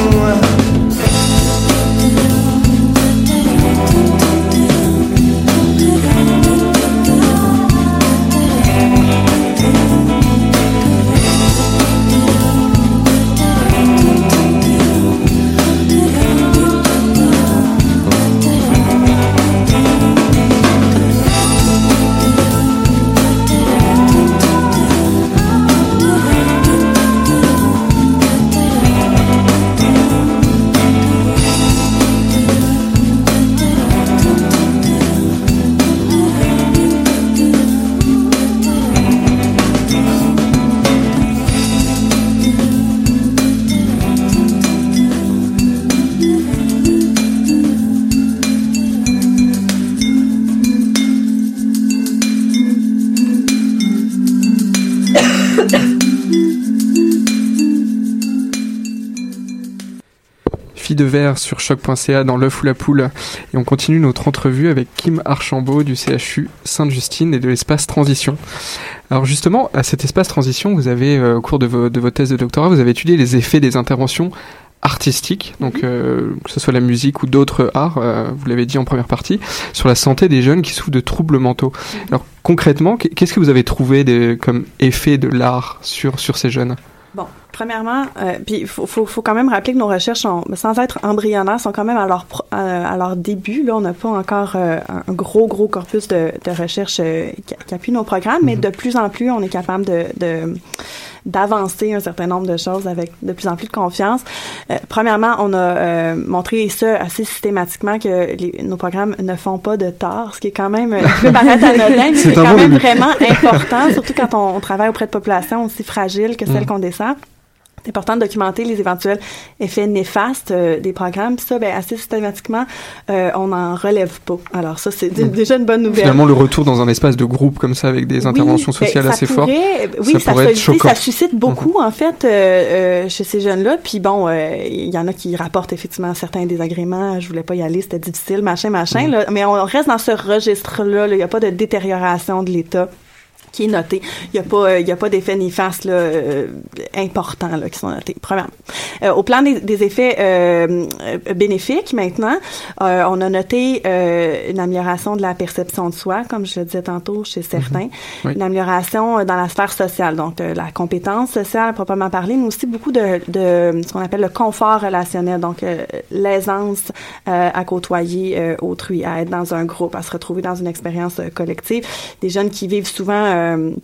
De verre sur choc point c a dans l'œuf ou la poule, et on continue notre entrevue avec Kim Archambault du C H U Sainte-Justine et de l'espace transition. Alors justement, à cet espace transition, vous avez euh, au cours de, vo- de votre thèse de doctorat, vous avez étudié les effets des interventions artistiques, donc euh, que ce soit la musique ou d'autres arts, euh, vous l'avez dit en première partie, sur la santé des jeunes qui souffrent de troubles mentaux. Alors concrètement, qu'est-ce que vous avez trouvé de, comme effet de l'art sur, sur ces jeunes ? Bon, premièrement, euh, puis il faut, faut, faut quand même rappeler que nos recherches, sont, sans être embryonnaires, sont quand même à leur, à, à leur début. Là, on n'a pas encore euh, un gros, gros corpus de, de recherche euh, qui, qui appuie nos programmes, mais de plus en plus, on est capable de, de d'avancer un certain nombre de choses avec de plus en plus de confiance. Euh, premièrement, on a euh, montré ça assez systématiquement que les, nos programmes ne font pas de tort, ce qui est quand même, peut paraître anodin, mais c'est, c'est quand même vraiment important, surtout quand on, on travaille auprès de populations aussi fragiles que celles mmh. qu'on dessert. C'est important de documenter les éventuels effets néfastes euh, des programmes. Puis ça, ben, assez systématiquement, euh, on n'en relève pas. Alors ça, c'est d- déjà une bonne nouvelle. Finalement, le retour dans un espace de groupe comme ça, avec des interventions oui, sociales ben, assez fortes, oui, ça, ça pourrait être choquant. Ça suscite beaucoup, mmh. en fait, euh, euh, chez ces jeunes-là. Puis bon, il euh, y en a qui rapportent effectivement certains désagréments. Je voulais pas y aller, c'était difficile, machin, machin. Mmh. Là. Mais on reste dans ce registre-là. Il n'y a pas de détérioration de l'État qui est noté. Il n'y a pas, il y a pas d'effets néfastes là, euh, importants là, qui sont notés. Premièrement. Euh, au plan des, des effets euh, bénéfiques, maintenant, euh, on a noté euh, une amélioration de la perception de soi, comme je le disais tantôt, chez certains. Mm-hmm. Oui. Une amélioration dans la sphère sociale, donc euh, la compétence sociale, proprement parler, mais aussi beaucoup de, de ce qu'on appelle le confort relationnel, donc euh, l'aisance euh, à côtoyer euh, autrui, à être dans un groupe, à se retrouver dans une expérience euh, collective. Des jeunes qui vivent souvent euh,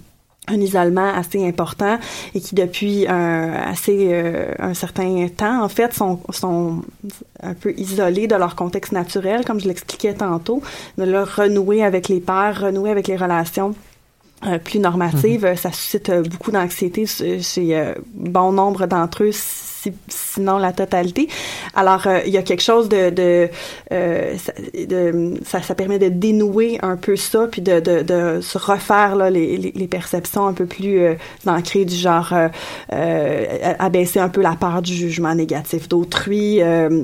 un isolement assez important et qui depuis un assez euh, un certain temps en fait sont sont un peu isolés de leur contexte naturel, comme je l'expliquais tantôt, de leur renouer avec les pairs, renouer avec les relations euh, plus normatives. Mm-hmm. Ça suscite euh, beaucoup d'anxiété chez euh, bon nombre d'entre eux, si, sinon la totalité. Alors, euh, il y a quelque chose de... de, euh, ça, de ça, ça permet de dénouer un peu ça, puis de, de, de se refaire là, les, les, les perceptions un peu plus euh, ancrées du genre euh, euh, abaisser un peu la part du jugement négatif d'autrui, euh,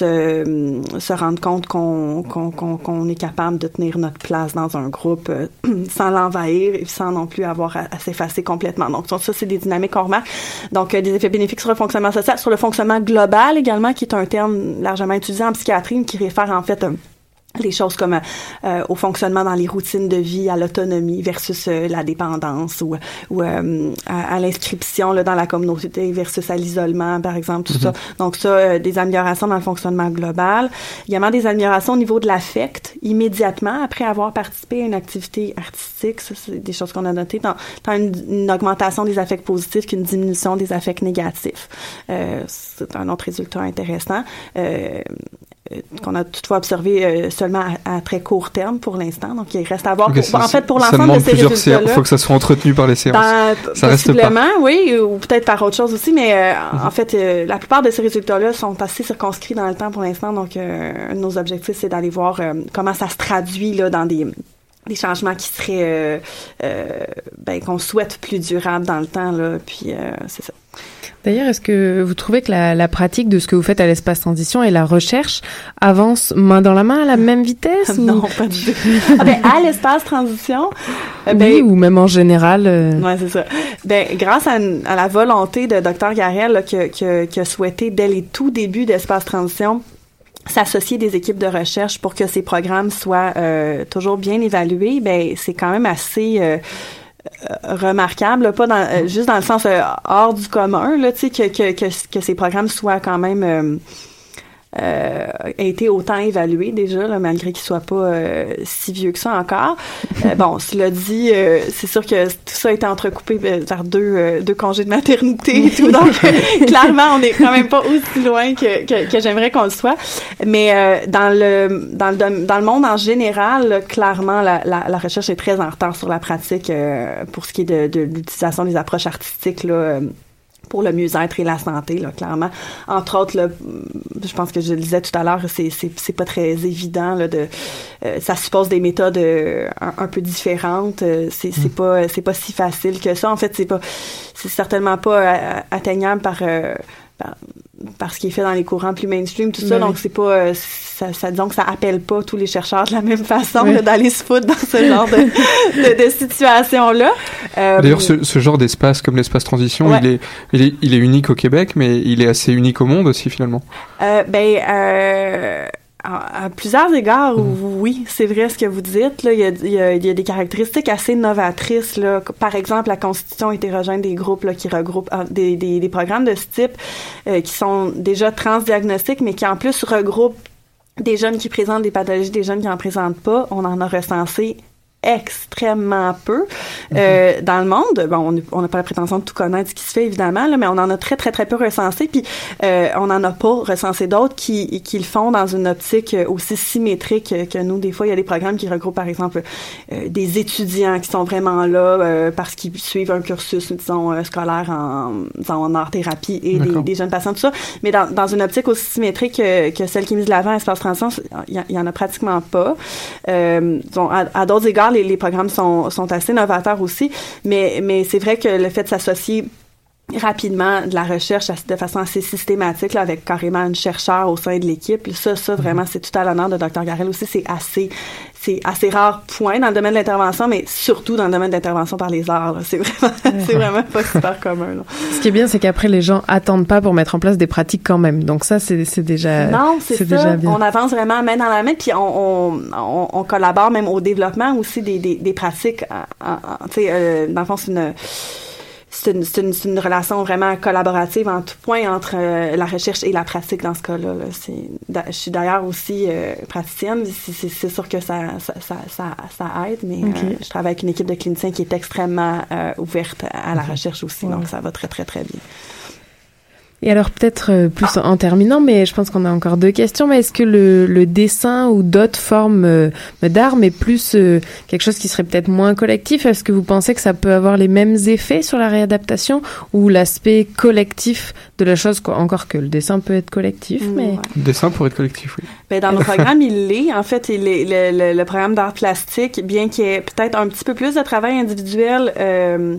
se, se rendre compte qu'on, qu'on, qu'on, qu'on est capable de tenir notre place dans un groupe euh, sans l'envahir et sans non plus avoir à, à s'effacer complètement. Donc, ça, c'est des dynamiques qu'on remarque. Donc, euh, des effets bénéfiques sur le fonctionnement social, social, sur le fonctionnement global également, qui est un terme largement utilisé en psychiatrie, qui réfère en fait... Euh, les choses comme euh, au fonctionnement dans les routines de vie, à l'autonomie versus euh, la dépendance ou, ou euh, à, à l'inscription là, dans la communauté versus à l'isolement, par exemple, tout mm-hmm. ça. Donc ça, euh, des améliorations dans le fonctionnement global. Également des améliorations au niveau de l'affect, immédiatement après avoir participé à une activité artistique. Ça, c'est des choses qu'on a notées. Tant, tant une, une augmentation des affects positifs qu'une diminution des affects négatifs. Euh, c'est un autre résultat intéressant. Euh, qu'on a toutefois observé euh, seulement à, à très court terme pour l'instant. Donc, il reste à voir. Pour, en fait, pour l'ensemble de ces résultats-là... Il faut que ça soit entretenu par les séances. Dans, ça reste pas. Oui, ou peut-être par autre chose aussi, mais euh, mm-hmm. en fait, euh, la plupart de ces résultats-là sont assez circonscrits dans le temps pour l'instant. Donc, euh, un de nos objectifs, c'est d'aller voir euh, comment ça se traduit là dans des... des changements qui seraient euh, euh, ben, qu'on souhaite plus durables dans le temps là, puis euh, c'est ça. D'ailleurs, est-ce que vous trouvez que la, la pratique de ce que vous faites à l'espace transition et la recherche avancent main dans la main à la même vitesse ou... Non, pas du tout. Ah ben, à l'espace transition, oui, ben, ou même en général. Euh... Ouais, c'est ça. Ben, grâce à, une, à la volonté de Dr Garel là, qui, qui, qui a souhaité dès les tout débuts d'espace transition s'associer des équipes de recherche pour que ces programmes soient euh, toujours bien évalués, ben c'est quand même assez euh, remarquable, là, pas dans, euh, juste dans le sens euh, hors du commun, là, tu sais, que, que, que, que ces programmes soient quand même euh, euh, été autant évalués déjà, là, malgré qu'ils soient pas euh, si vieux que ça encore. Euh, bon, cela dit, euh, c'est sûr que tout ça a été entrecoupé par deux, euh, deux congés de maternité et tout, donc euh, clairement, on n'est quand même pas aussi loin que, que, que j'aimerais qu'on le soit. Mais euh, dans le dans le dans le monde en général, là, clairement, la, la, la recherche est très en retard sur la pratique euh, pour ce qui est de, de l'utilisation des approches artistiques là. Euh, pour le mieux-être et la santé, là, clairement. Entre autres, là, je pense que je le disais tout à l'heure, c'est, c'est, c'est pas très évident, là, de, euh, ça suppose des méthodes euh, un, un peu différentes. Euh, c'est, c'est pas, c'est pas si facile que ça. En fait, c'est pas, c'est certainement pas euh, atteignable par, euh, par, par ce qui est fait dans les courants plus mainstream, tout ça. Oui. Donc, c'est pas, euh, ça, ça, disons que ça appelle pas tous les chercheurs de la même façon, oui. là, d'aller se foutre dans ce genre de, de, de situation-là. Euh, D'ailleurs, ce, ce genre d'espace, comme l'espace transition, ouais. il est, il est, il est unique au Québec, mais il est assez unique au monde aussi, finalement. Euh, ben, euh, à, à plusieurs égards, mmh. oui, c'est vrai ce que vous dites. Là, il y a, il y a, il y a des caractéristiques assez novatrices. Là. Par exemple, la constitution hétérogène des groupes là, qui regroupent euh, des, des, des programmes de ce type euh, qui sont déjà transdiagnostiques, mais qui en plus regroupent des jeunes qui présentent des pathologies, des jeunes qui en présentent pas. On en a recensé extrêmement peu euh, mm-hmm. dans le monde. Bon, on n'a pas la prétention de tout connaître ce qui se fait, évidemment, là, mais on en a très, très, très peu recensé, puis euh, on n'en a pas recensé d'autres qui, qui le font dans une optique aussi symétrique que nous. Des fois, il y a des programmes qui regroupent, par exemple, euh, des étudiants qui sont vraiment là euh, parce qu'ils suivent un cursus, disons, euh, scolaire en, disons, en art-thérapie et des, des jeunes patients, tout ça. Mais dans, dans une optique aussi symétrique que, que celle qui est mise de l'avant à Espace Transition, il y en a pratiquement pas. Euh, disons, à, à d'autres égards, Les, les programmes sont, sont assez novateurs aussi, mais, mais c'est vrai que le fait de s'associer rapidement de la recherche de façon assez systématique là, avec carrément une chercheur au sein de l'équipe, ça, ça vraiment, c'est tout à l'honneur de Dr Garel aussi. C'est assez, c'est assez rare point dans le domaine de l'intervention, mais surtout dans le domaine d'intervention par les arts. Là. C'est vraiment, c'est vraiment pas super commun. Là. Ce qui est bien, c'est qu'après, les gens attendent pas pour mettre en place des pratiques quand même. Donc ça, c'est, c'est déjà, non, c'est, c'est ça. déjà bien. On avance vraiment main dans la main, puis on, on, on, on collabore même au développement aussi des, des, des pratiques. En, en, tu sais, euh, dans le fond, c'est une C'est une, c'est, une, c'est une relation vraiment collaborative en tout point entre euh, la recherche et la pratique dans ce cas-là. Là. C'est, je suis d'ailleurs aussi euh, praticienne. C'est, c'est, c'est sûr que ça, ça, ça, ça, ça aide, mais okay. euh, je travaille avec une équipe de cliniciens qui est extrêmement euh, ouverte à la recherche aussi, ouais. donc ça va très, très, très bien. Et alors peut-être euh, plus en terminant, mais je pense qu'on a encore deux questions, mais est-ce que le, le dessin ou d'autres formes euh, d'art, mais plus euh, quelque chose qui serait peut-être moins collectif, est-ce que vous pensez que ça peut avoir les mêmes effets sur la réadaptation ou l'aspect collectif de la chose, quoi, encore que le dessin peut être collectif, mmh, mais... Ouais. Le dessin pourrait être collectif, oui. Ben, dans nos programmes, il l'est. En fait, il est, le, le, le programme d'art plastique, bien qu'il y ait peut-être un petit peu plus de travail individuel... Euh,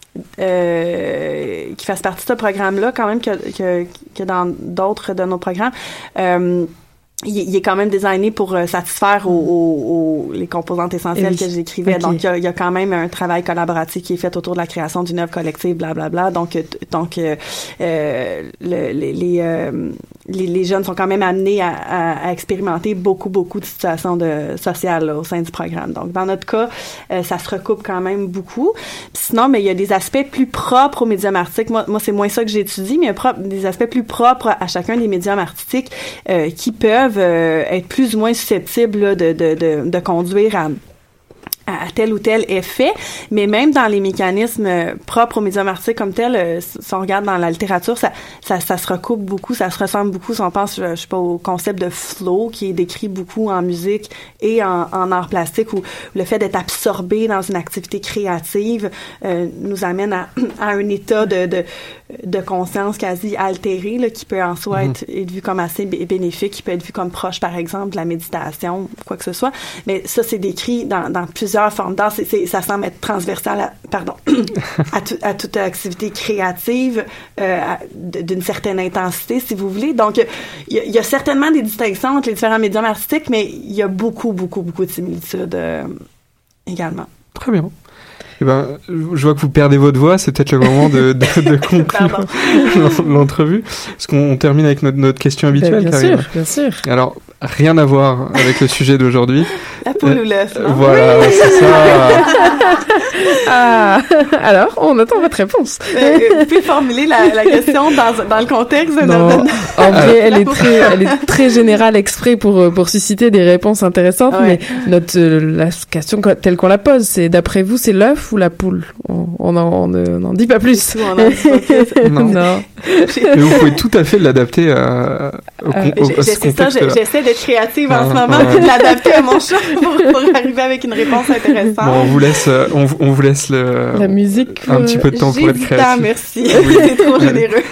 Euh, qui fasse partie de ce programme-là quand même que, que, que dans d'autres de nos programmes. Euh, il, il est quand même designé pour euh, satisfaire aux, aux, aux les composantes essentielles oui. que j'écrivais. Okay. Donc, il y, a, il y a quand même un travail collaboratif qui est fait autour de la création d'une œuvre collective, blablabla. Donc, donc euh, euh, le, les, les, euh, les, les jeunes sont quand même amenés à, à, à expérimenter beaucoup, beaucoup de situations de, sociales là, au sein du programme. Donc, dans notre cas, euh, ça se recoupe quand même beaucoup. Puis sinon, mais il y a des aspects plus propres aux médiums artistiques. Moi, moi c'est moins ça que j'étudie, mais il y a propre, des aspects plus propres à chacun des médiums artistiques euh, qui peuvent Euh, être plus ou moins susceptibles là, de, de, de, de conduire à à tel ou tel effet, mais même dans les mécanismes euh, propres aux médiums artistiques comme tel, euh, si on regarde dans la littérature, ça, ça, ça se recoupe beaucoup, ça se ressemble beaucoup. Si on pense, je, je sais pas, au concept de flow qui est décrit beaucoup en musique et en, en art plastique, où le fait d'être absorbé dans une activité créative euh, nous amène à, à un état de, de, de conscience quasi altéré, là, qui peut en soi mmh. être, être vu comme assez bénéfique, qui peut être vu comme proche, par exemple, de la méditation, quoi que ce soit. Mais ça, c'est décrit dans, dans plusieurs formes d'art. C'est, c'est, ça semble être transversal à, pardon, à, tout, à toute activité créative euh, à, d'une certaine intensité, si vous voulez. Donc, il y, y a certainement des distinctions entre les différents médiums artistiques, mais il y a beaucoup, beaucoup, beaucoup de similitudes euh, également. Très bien. Eh ben, je vois que vous perdez votre voix, c'est peut-être le moment de, de, de conclure l'entrevue. Est-ce qu'on termine avec notre, notre question habituelle, ben, bien sûr, bien sûr. Alors, rien à voir avec le sujet d'aujourd'hui. La poule euh, ou l'œuf, non? Voilà, oui. C'est ça. Ah, alors, on attend votre réponse. Euh, vous pouvez formuler la, la question dans, dans le contexte de non, notre... En vrai, elle est très, elle est très générale, exprès pour, pour susciter des réponses intéressantes, ouais. mais notre, la question telle qu'on la pose, c'est, d'après vous, c'est l'œuf ou la poule? On, on en, on n'en dit pas plus. On en dit pas plus. Non. non. Mais vous pouvez tout à fait l'adapter à, au, euh, au, à ce contexte-là. J'essaie d'être créative en ah, ce moment, ouais. de l'adapter à mon chat pour, pour arriver avec une réponse intéressante. Bon, on vous laisse, on, on vous laisse le, la musique, un euh, petit peu de temps pour être créatif. Temps, merci. Oui. C'est trop généreux.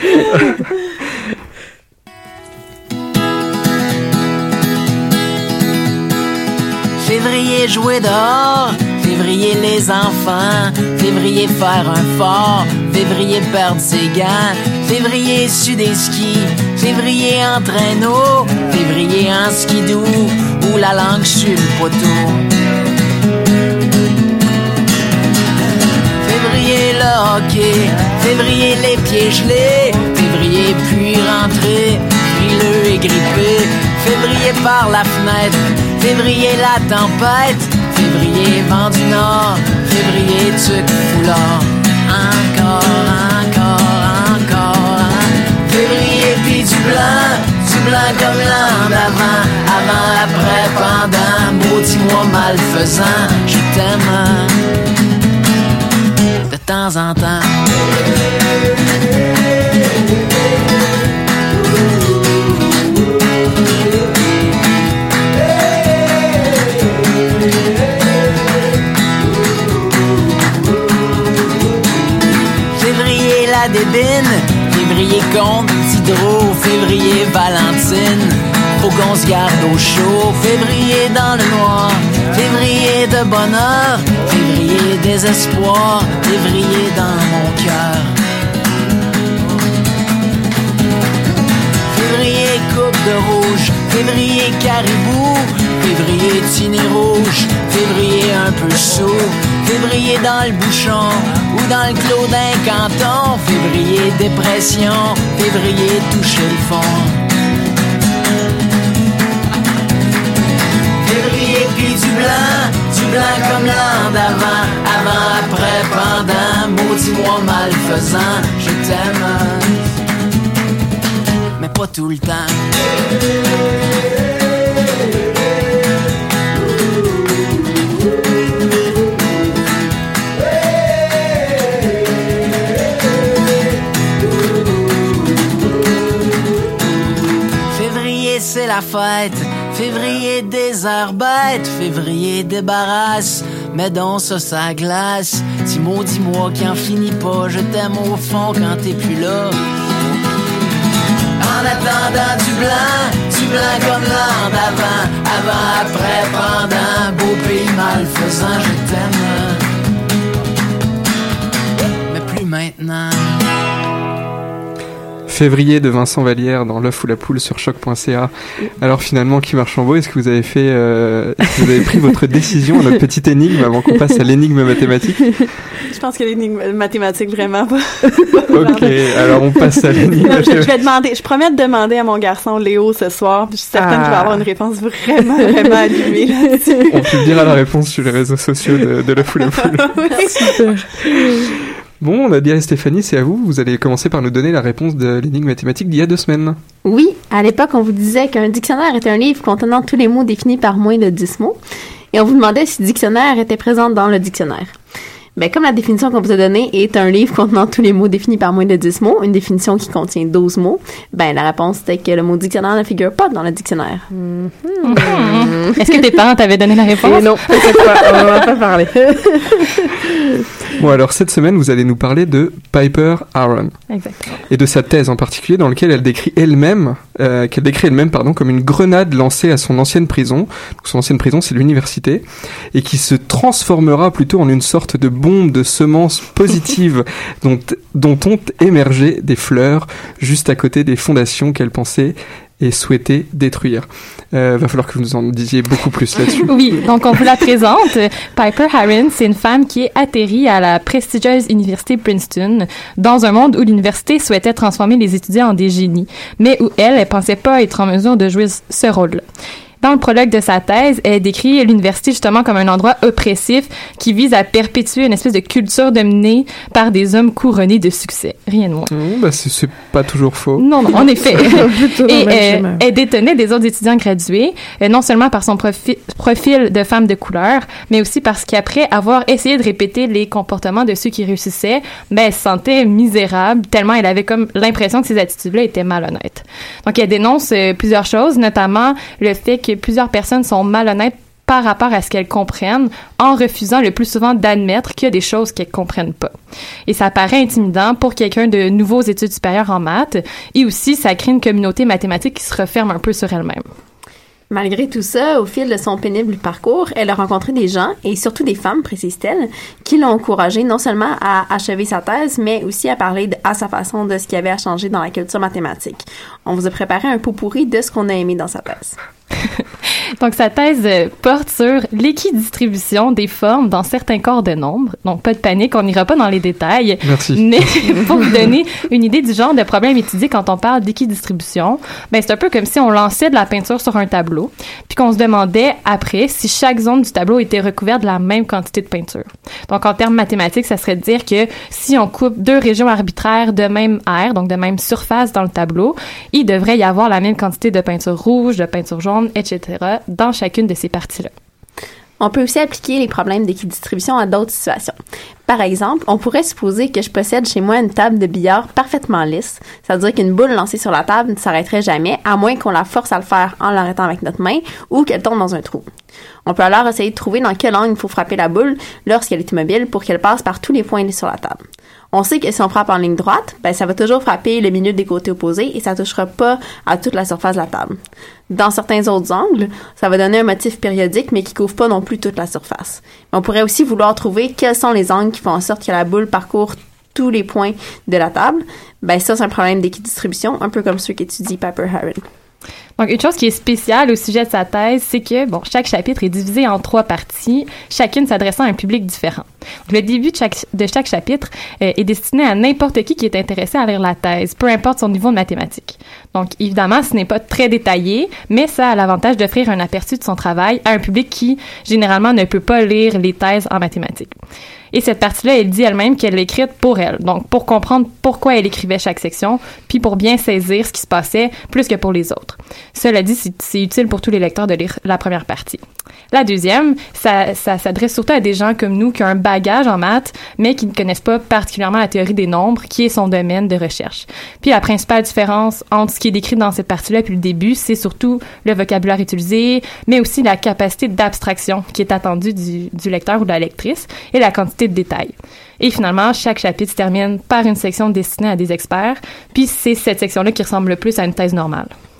Février jouer dehors, février les enfants, février faire un fort, février perdre ses gants, février su des skis, février en traîneau, février en skidoo, ou la langue sur le poteau. Février le hockey, février les pieds gelés, février puis rentrer, frileux et grippé, février par la fenêtre, février la tempête, février vent du nord, février tuc foulard. Encore, encore, encore, hein. Février pis du blanc, du blanc comme l'an d'avant, avant, après, pendant, maudit-moi malfaisant, je t'aime de temps en temps. Février la débine, février contre Diderot, février Valentine, faut qu'on se garde au chaud, février dans le noir, février de bonheur, février désespoir, février dans mon cœur. Février coupe de rouge, février caribou, février tini rouge, février un peu chaud, février dans le bouchon ou dans le clos d'un canton, février dépression, février toucher le fond. Février puis du blanc, du blanc comme l'an d'avant, avant, après, pendant, maudit-moi malfaisant, je t'aime, mais pas tout le temps. Février c'est la fête, février des heures bêtes, février débarrasse, mais donc ça, ça glace. Petit mot, dis-moi qui en finit pas, je t'aime au fond quand t'es plus là. En attendant du blanc, du blanc comme l'an d'avant, avant, après, pendant, beau pays malfaisant, je t'aime, mais plus maintenant. Février de Vincent Vallière dans L'œuf ou la poule sur choc point c a. Alors finalement, Kim Archambault, est-ce que vous avez fait, euh, est-ce que vous avez pris votre décision à notre petite énigme avant qu'on passe à l'énigme mathématique? Je pense que l'énigme mathématique vraiment pas. Ok, alors on passe à l'énigme. Je, je vais demander, je promets de demander à mon garçon Léo ce soir. Je suis certaine ah. qu'il va avoir une réponse vraiment, vraiment allumée là-dessus. On publiera la réponse sur les réseaux sociaux de, de L'œuf ou la poule. Super. Bon, Nadia et Stéphanie, c'est à vous. Vous allez commencer par nous donner la réponse de l'énigme mathématique d'il y a deux semaines. Oui, à l'époque, on vous disait qu'un dictionnaire était un livre contenant tous les mots définis par moins de dix mots. Et on vous demandait si dictionnaire était présent dans le dictionnaire. Ben, comme la définition qu'on vous a donnée est un livre contenant tous les mots définis par moins de dix mots, une définition qui contient douze mots, ben, la réponse était que le mot dictionnaire ne figure pas dans le dictionnaire. Mm-hmm. Mm-hmm. Est-ce que tes parents t'avaient donné la réponse? Et non, peut-être pas. On va pas parler. Bon, alors, cette semaine, vous allez nous parler de Piper Aaron. Exactement. Et de sa thèse en particulier, dans laquelle elle décrit elle-même, euh, qu'elle décrit elle-même, pardon, comme une grenade lancée à son ancienne prison. Donc, son ancienne prison, c'est l'université. Et qui se transformera plutôt en une sorte de bombe de semences positives dont, dont ont émergé des fleurs juste à côté des fondations qu'elle pensait et souhaitait détruire. Euh, va falloir que vous nous en disiez beaucoup plus là-dessus. Oui, donc on vous la présente. Piper Aaron, c'est une femme qui est atterrie à la prestigieuse université Princeton dans un monde où l'université souhaitait transformer les étudiants en des génies, mais où elle, elle pensait pas être en mesure de jouer ce rôle-là. Dans le prologue de sa thèse, elle décrit l'université justement comme un endroit oppressif qui vise à perpétuer une espèce de culture dominée par des hommes couronnés de succès. Rien de moins. Mmh, bah c'est, c'est pas toujours faux. Non, non, en effet. Et euh, elle détenait des autres étudiants gradués, euh, non seulement par son profi- profil de femme de couleur, mais aussi parce qu'après avoir essayé de répéter les comportements de ceux qui réussissaient, ben, elle se sentait misérable, tellement elle avait comme l'impression que ces attitudes-là étaient malhonnêtes. Donc, elle dénonce euh, plusieurs choses, notamment le fait que plusieurs personnes sont malhonnêtes par rapport à ce qu'elles comprennent, en refusant le plus souvent d'admettre qu'il y a des choses qu'elles comprennent pas. Et ça paraît intimidant pour quelqu'un de nouveau aux études supérieures en maths, et aussi ça crée une communauté mathématique qui se referme un peu sur elle-même. Malgré tout ça, au fil de son pénible parcours, elle a rencontré des gens, et surtout des femmes, précise-t-elle, qui l'ont encouragée non seulement à achever sa thèse, mais aussi à parler de, à sa façon de ce qui avait à changer dans la culture mathématique. On vous a préparé un pot pourri de ce qu'on a aimé dans sa thèse. Donc, sa thèse porte sur l'équidistribution des formes dans certains corps de nombres. Donc, pas de panique, on n'ira pas dans les détails. Merci. Mais pour vous donner une idée du genre de problème étudié quand on parle d'équidistribution, ben, c'est un peu comme si on lançait de la peinture sur un tableau, puis qu'on se demandait après si chaque zone du tableau était recouverte de la même quantité de peinture. Donc, en termes mathématiques, ça serait de dire que si on coupe deux régions arbitraires de même aire, donc de même surface dans le tableau, il devrait y avoir la même quantité de peinture rouge, de peinture jaune, et cetera, dans chacune de ces parties-là. On peut aussi appliquer les problèmes d'équidistribution à d'autres situations. Par exemple, on pourrait supposer que je possède chez moi une table de billard parfaitement lisse. Ça veut dire qu'une boule lancée sur la table ne s'arrêterait jamais, à moins qu'on la force à le faire en l'arrêtant avec notre main ou qu'elle tombe dans un trou. On peut alors essayer de trouver dans quel angle il faut frapper la boule lorsqu'elle est immobile pour qu'elle passe par tous les points sur la table. On sait que si on frappe en ligne droite, ben ça va toujours frapper le milieu des côtés opposés et ça touchera pas à toute la surface de la table. Dans certains autres angles, ça va donner un motif périodique mais qui couvre pas non plus toute la surface. Mais on pourrait aussi vouloir trouver quels sont les angles qui font en sorte que la boule parcourt tous les points de la table. Ben ça, c'est un problème d'équidistribution, un peu comme ceux qu'étudie Piper Aaron. Donc, une chose qui est spéciale au sujet de sa thèse, c'est que, bon, chaque chapitre est divisé en trois parties, chacune s'adressant à un public différent. Donc, le début de chaque, de chaque chapitre euh, est destiné à n'importe qui qui est intéressé à lire la thèse, peu importe son niveau de mathématiques. Donc, évidemment, ce n'est pas très détaillé, mais ça a l'avantage d'offrir un aperçu de son travail à un public qui, généralement, ne peut pas lire les thèses en mathématiques. Et cette partie-là, elle dit elle-même qu'elle l'a écrite pour elle. Donc, pour comprendre pourquoi elle écrivait chaque section, puis pour bien saisir ce qui se passait, plus que pour les autres. Cela dit, c'est, c'est utile pour tous les lecteurs de lire la première partie. La deuxième, ça, ça s'adresse surtout à des gens comme nous qui ont un bagage en maths, mais qui ne connaissent pas particulièrement la théorie des nombres, qui est son domaine de recherche. Puis la principale différence entre ce qui est décrit dans cette partie-là puis le début, c'est surtout le vocabulaire utilisé, mais aussi la capacité d'abstraction qui est attendue du, du lecteur ou de la lectrice, et la quantité de détails. Et finalement, chaque chapitre se termine par une section destinée à des experts, puis c'est cette section-là qui ressemble le plus à une thèse normale.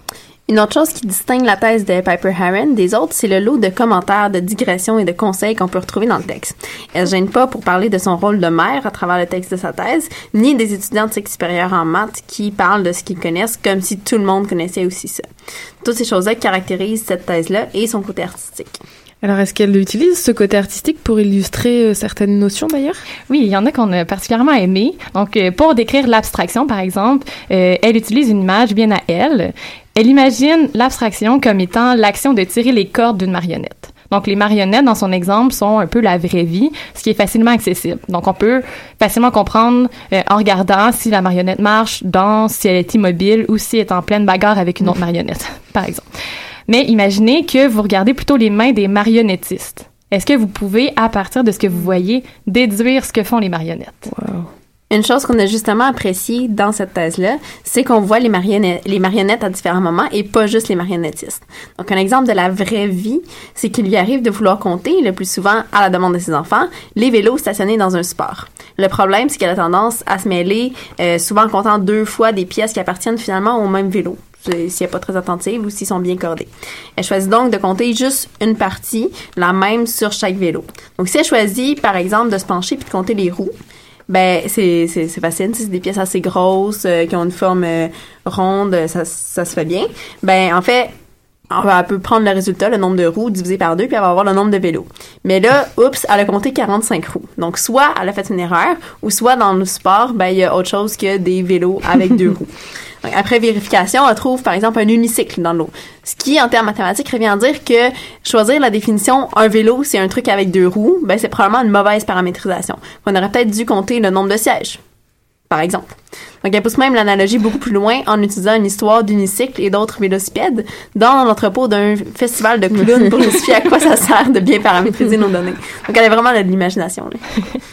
Une autre chose qui distingue la thèse de Piper Heron des autres, c'est le lot de commentaires, de digressions et de conseils qu'on peut retrouver dans le texte. Elle ne gêne pas pour parler de son rôle de mère à travers le texte de sa thèse, ni des étudiants de cycle supérieur en maths qui parlent de ce qu'ils connaissent comme si tout le monde connaissait aussi ça. Toutes ces choses-là caractérisent cette thèse-là et son côté artistique. Alors, est-ce qu'elle utilise ce côté artistique pour illustrer euh, certaines notions, d'ailleurs? Oui, il y en a qu'on a particulièrement aimé. Donc, euh, pour décrire l'abstraction, par exemple, euh, elle utilise une image bien à elle. Elle imagine l'abstraction comme étant l'action de tirer les cordes d'une marionnette. Donc, les marionnettes, dans son exemple, sont un peu la vraie vie, ce qui est facilement accessible. Donc, on peut facilement comprendre euh, en regardant si la marionnette marche, danse, si elle est immobile ou si elle est en pleine bagarre avec une autre marionnette, par exemple. Mais imaginez que vous regardez plutôt les mains des marionnettistes. Est-ce que vous pouvez, à partir de ce que vous voyez, déduire ce que font les marionnettes? Wow. Une chose qu'on a justement appréciée dans cette thèse-là, c'est qu'on voit les marionnettes, les marionnettes à différents moments et pas juste les marionnettistes. Donc, un exemple de la vraie vie, c'est qu'il lui arrive de vouloir compter, le plus souvent à la demande de ses enfants, les vélos stationnés dans un sport. Le problème, c'est qu'elle a tendance à se mêler, euh, souvent en comptant deux fois des pièces qui appartiennent finalement au même vélo, si elle n'est pas très attentive ou s'ils sont bien cordés. Elle choisit donc de compter juste une partie, la même sur chaque vélo. Donc, si elle choisit, par exemple, de se pencher puis de compter les roues, ben c'est c'est c'est facile, c'est des pièces assez grosses euh, qui ont une forme euh, ronde, ça ça se fait bien. Ben en fait, on va, elle peut prendre le résultat, le nombre de roues divisé par deux, puis elle va avoir le nombre de vélos. Mais là, oups, elle a compté quarante-cinq roues. Donc soit elle a fait une erreur, ou soit dans le sport, ben il y a autre chose que des vélos avec deux roues. Donc, après vérification, on trouve par exemple un unicycle dans l'eau. Ce qui, en termes mathématiques, revient à dire que choisir la définition un vélo, c'est un truc avec deux roues, ben c'est probablement une mauvaise paramétrisation. On aurait peut-être dû compter le nombre de sièges, par exemple. Donc, elle pousse même l'analogie beaucoup plus loin en utilisant une histoire d'unicycle et d'autres vélocipèdes dans l'entrepôt d'un festival de clowns pour justifier à quoi ça sert de bien paramétriser nos données. Donc, elle a vraiment de l'imagination, là.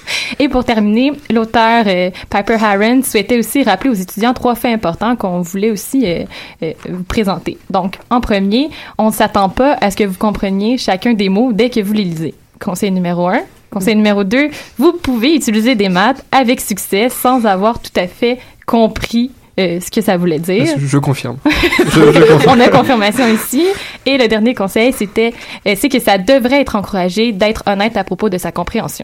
Et pour terminer, l'auteur euh, Piper Heron souhaitait aussi rappeler aux étudiants trois faits importants qu'on voulait aussi euh, euh, vous présenter. Donc, en premier, on ne s'attend pas à ce que vous compreniez chacun des mots dès que vous les lisez. Conseil numéro un. Conseil numéro deux, vous pouvez utiliser des maths avec succès sans avoir tout à fait compris euh, ce que ça voulait dire. Je, je confirme. je, je confirme. On a confirmation ici. Et le dernier conseil, c'était, euh, c'est que ça devrait être encouragé d'être honnête à propos de sa compréhension.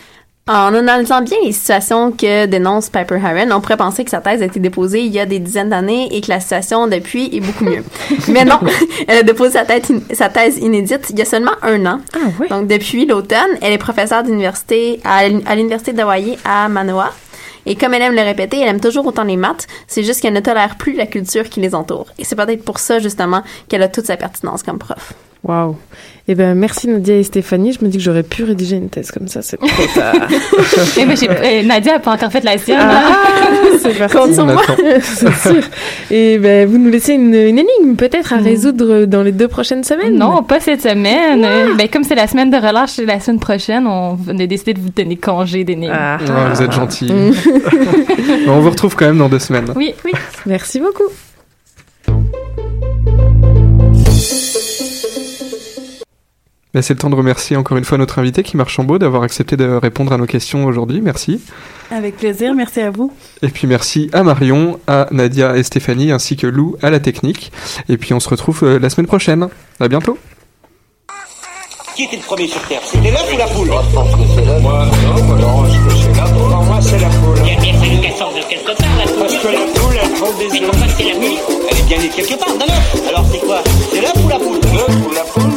En analysant bien les situations que dénonce Piper Heron, on pourrait penser que sa thèse a été déposée il y a des dizaines d'années et que la situation depuis est beaucoup mieux. Mais non, elle a déposé sa, tête in- sa thèse inédite il y a seulement un an. Ah oui? Donc depuis l'automne, elle est professeure d'université à, à l'université d'Hawaii à Manoa. Et comme elle aime le répéter, elle aime toujours autant les maths, c'est juste qu'elle ne tolère plus la culture qui les entoure. Et c'est peut-être pour ça, justement, qu'elle a toute sa pertinence comme prof. Waouh. Eh ben, merci Nadia et Stéphanie. Je me dis que j'aurais pu rédiger une thèse comme ça, c'est trop tard. eh ben, j'ai, euh, Nadia n'a pas encore fait la sienne. Ah, c'est parti. Compte sur moi. C'est sûr. Et ben, vous nous laissez une, une énigme peut-être à résoudre dans les deux prochaines semaines? Non, pas cette semaine. Ah. Ben, comme c'est la semaine de relâche, la semaine prochaine, on a décidé de vous donner congé d'énigmes. Ah. Oh, vous êtes gentils. On vous retrouve quand même dans deux semaines. Oui, oui. Merci beaucoup. Ben, c'est le temps de remercier encore une fois notre invité Kim Archambault d'avoir accepté de répondre à nos questions aujourd'hui. Merci. Avec plaisir, merci à vous. Et puis merci à Marion, à Nadia et Stéphanie, ainsi que Lou à la technique. Et puis on se retrouve euh, la semaine prochaine. À bientôt. Qui était le premier sur Terre? C'était l'œuf ou la poule? Moi, je pense que c'est l'œuf. Moi, non, moi, non, je pense que c'est l'œuf. Pour moi, c'est la poule. Il y a bien fallu qu'elle sorte de quelque part, la poule. Parce que la poule, elle prend des œufs. Mais pourquoi c'est la poule? Elle est bien née quelque part, d'un œuf. Alors c'est quoi? C'est l'œuf ou la poule? L'œuf ou la poule?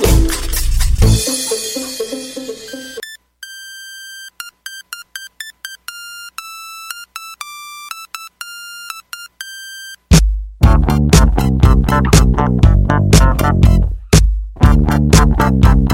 Thank you.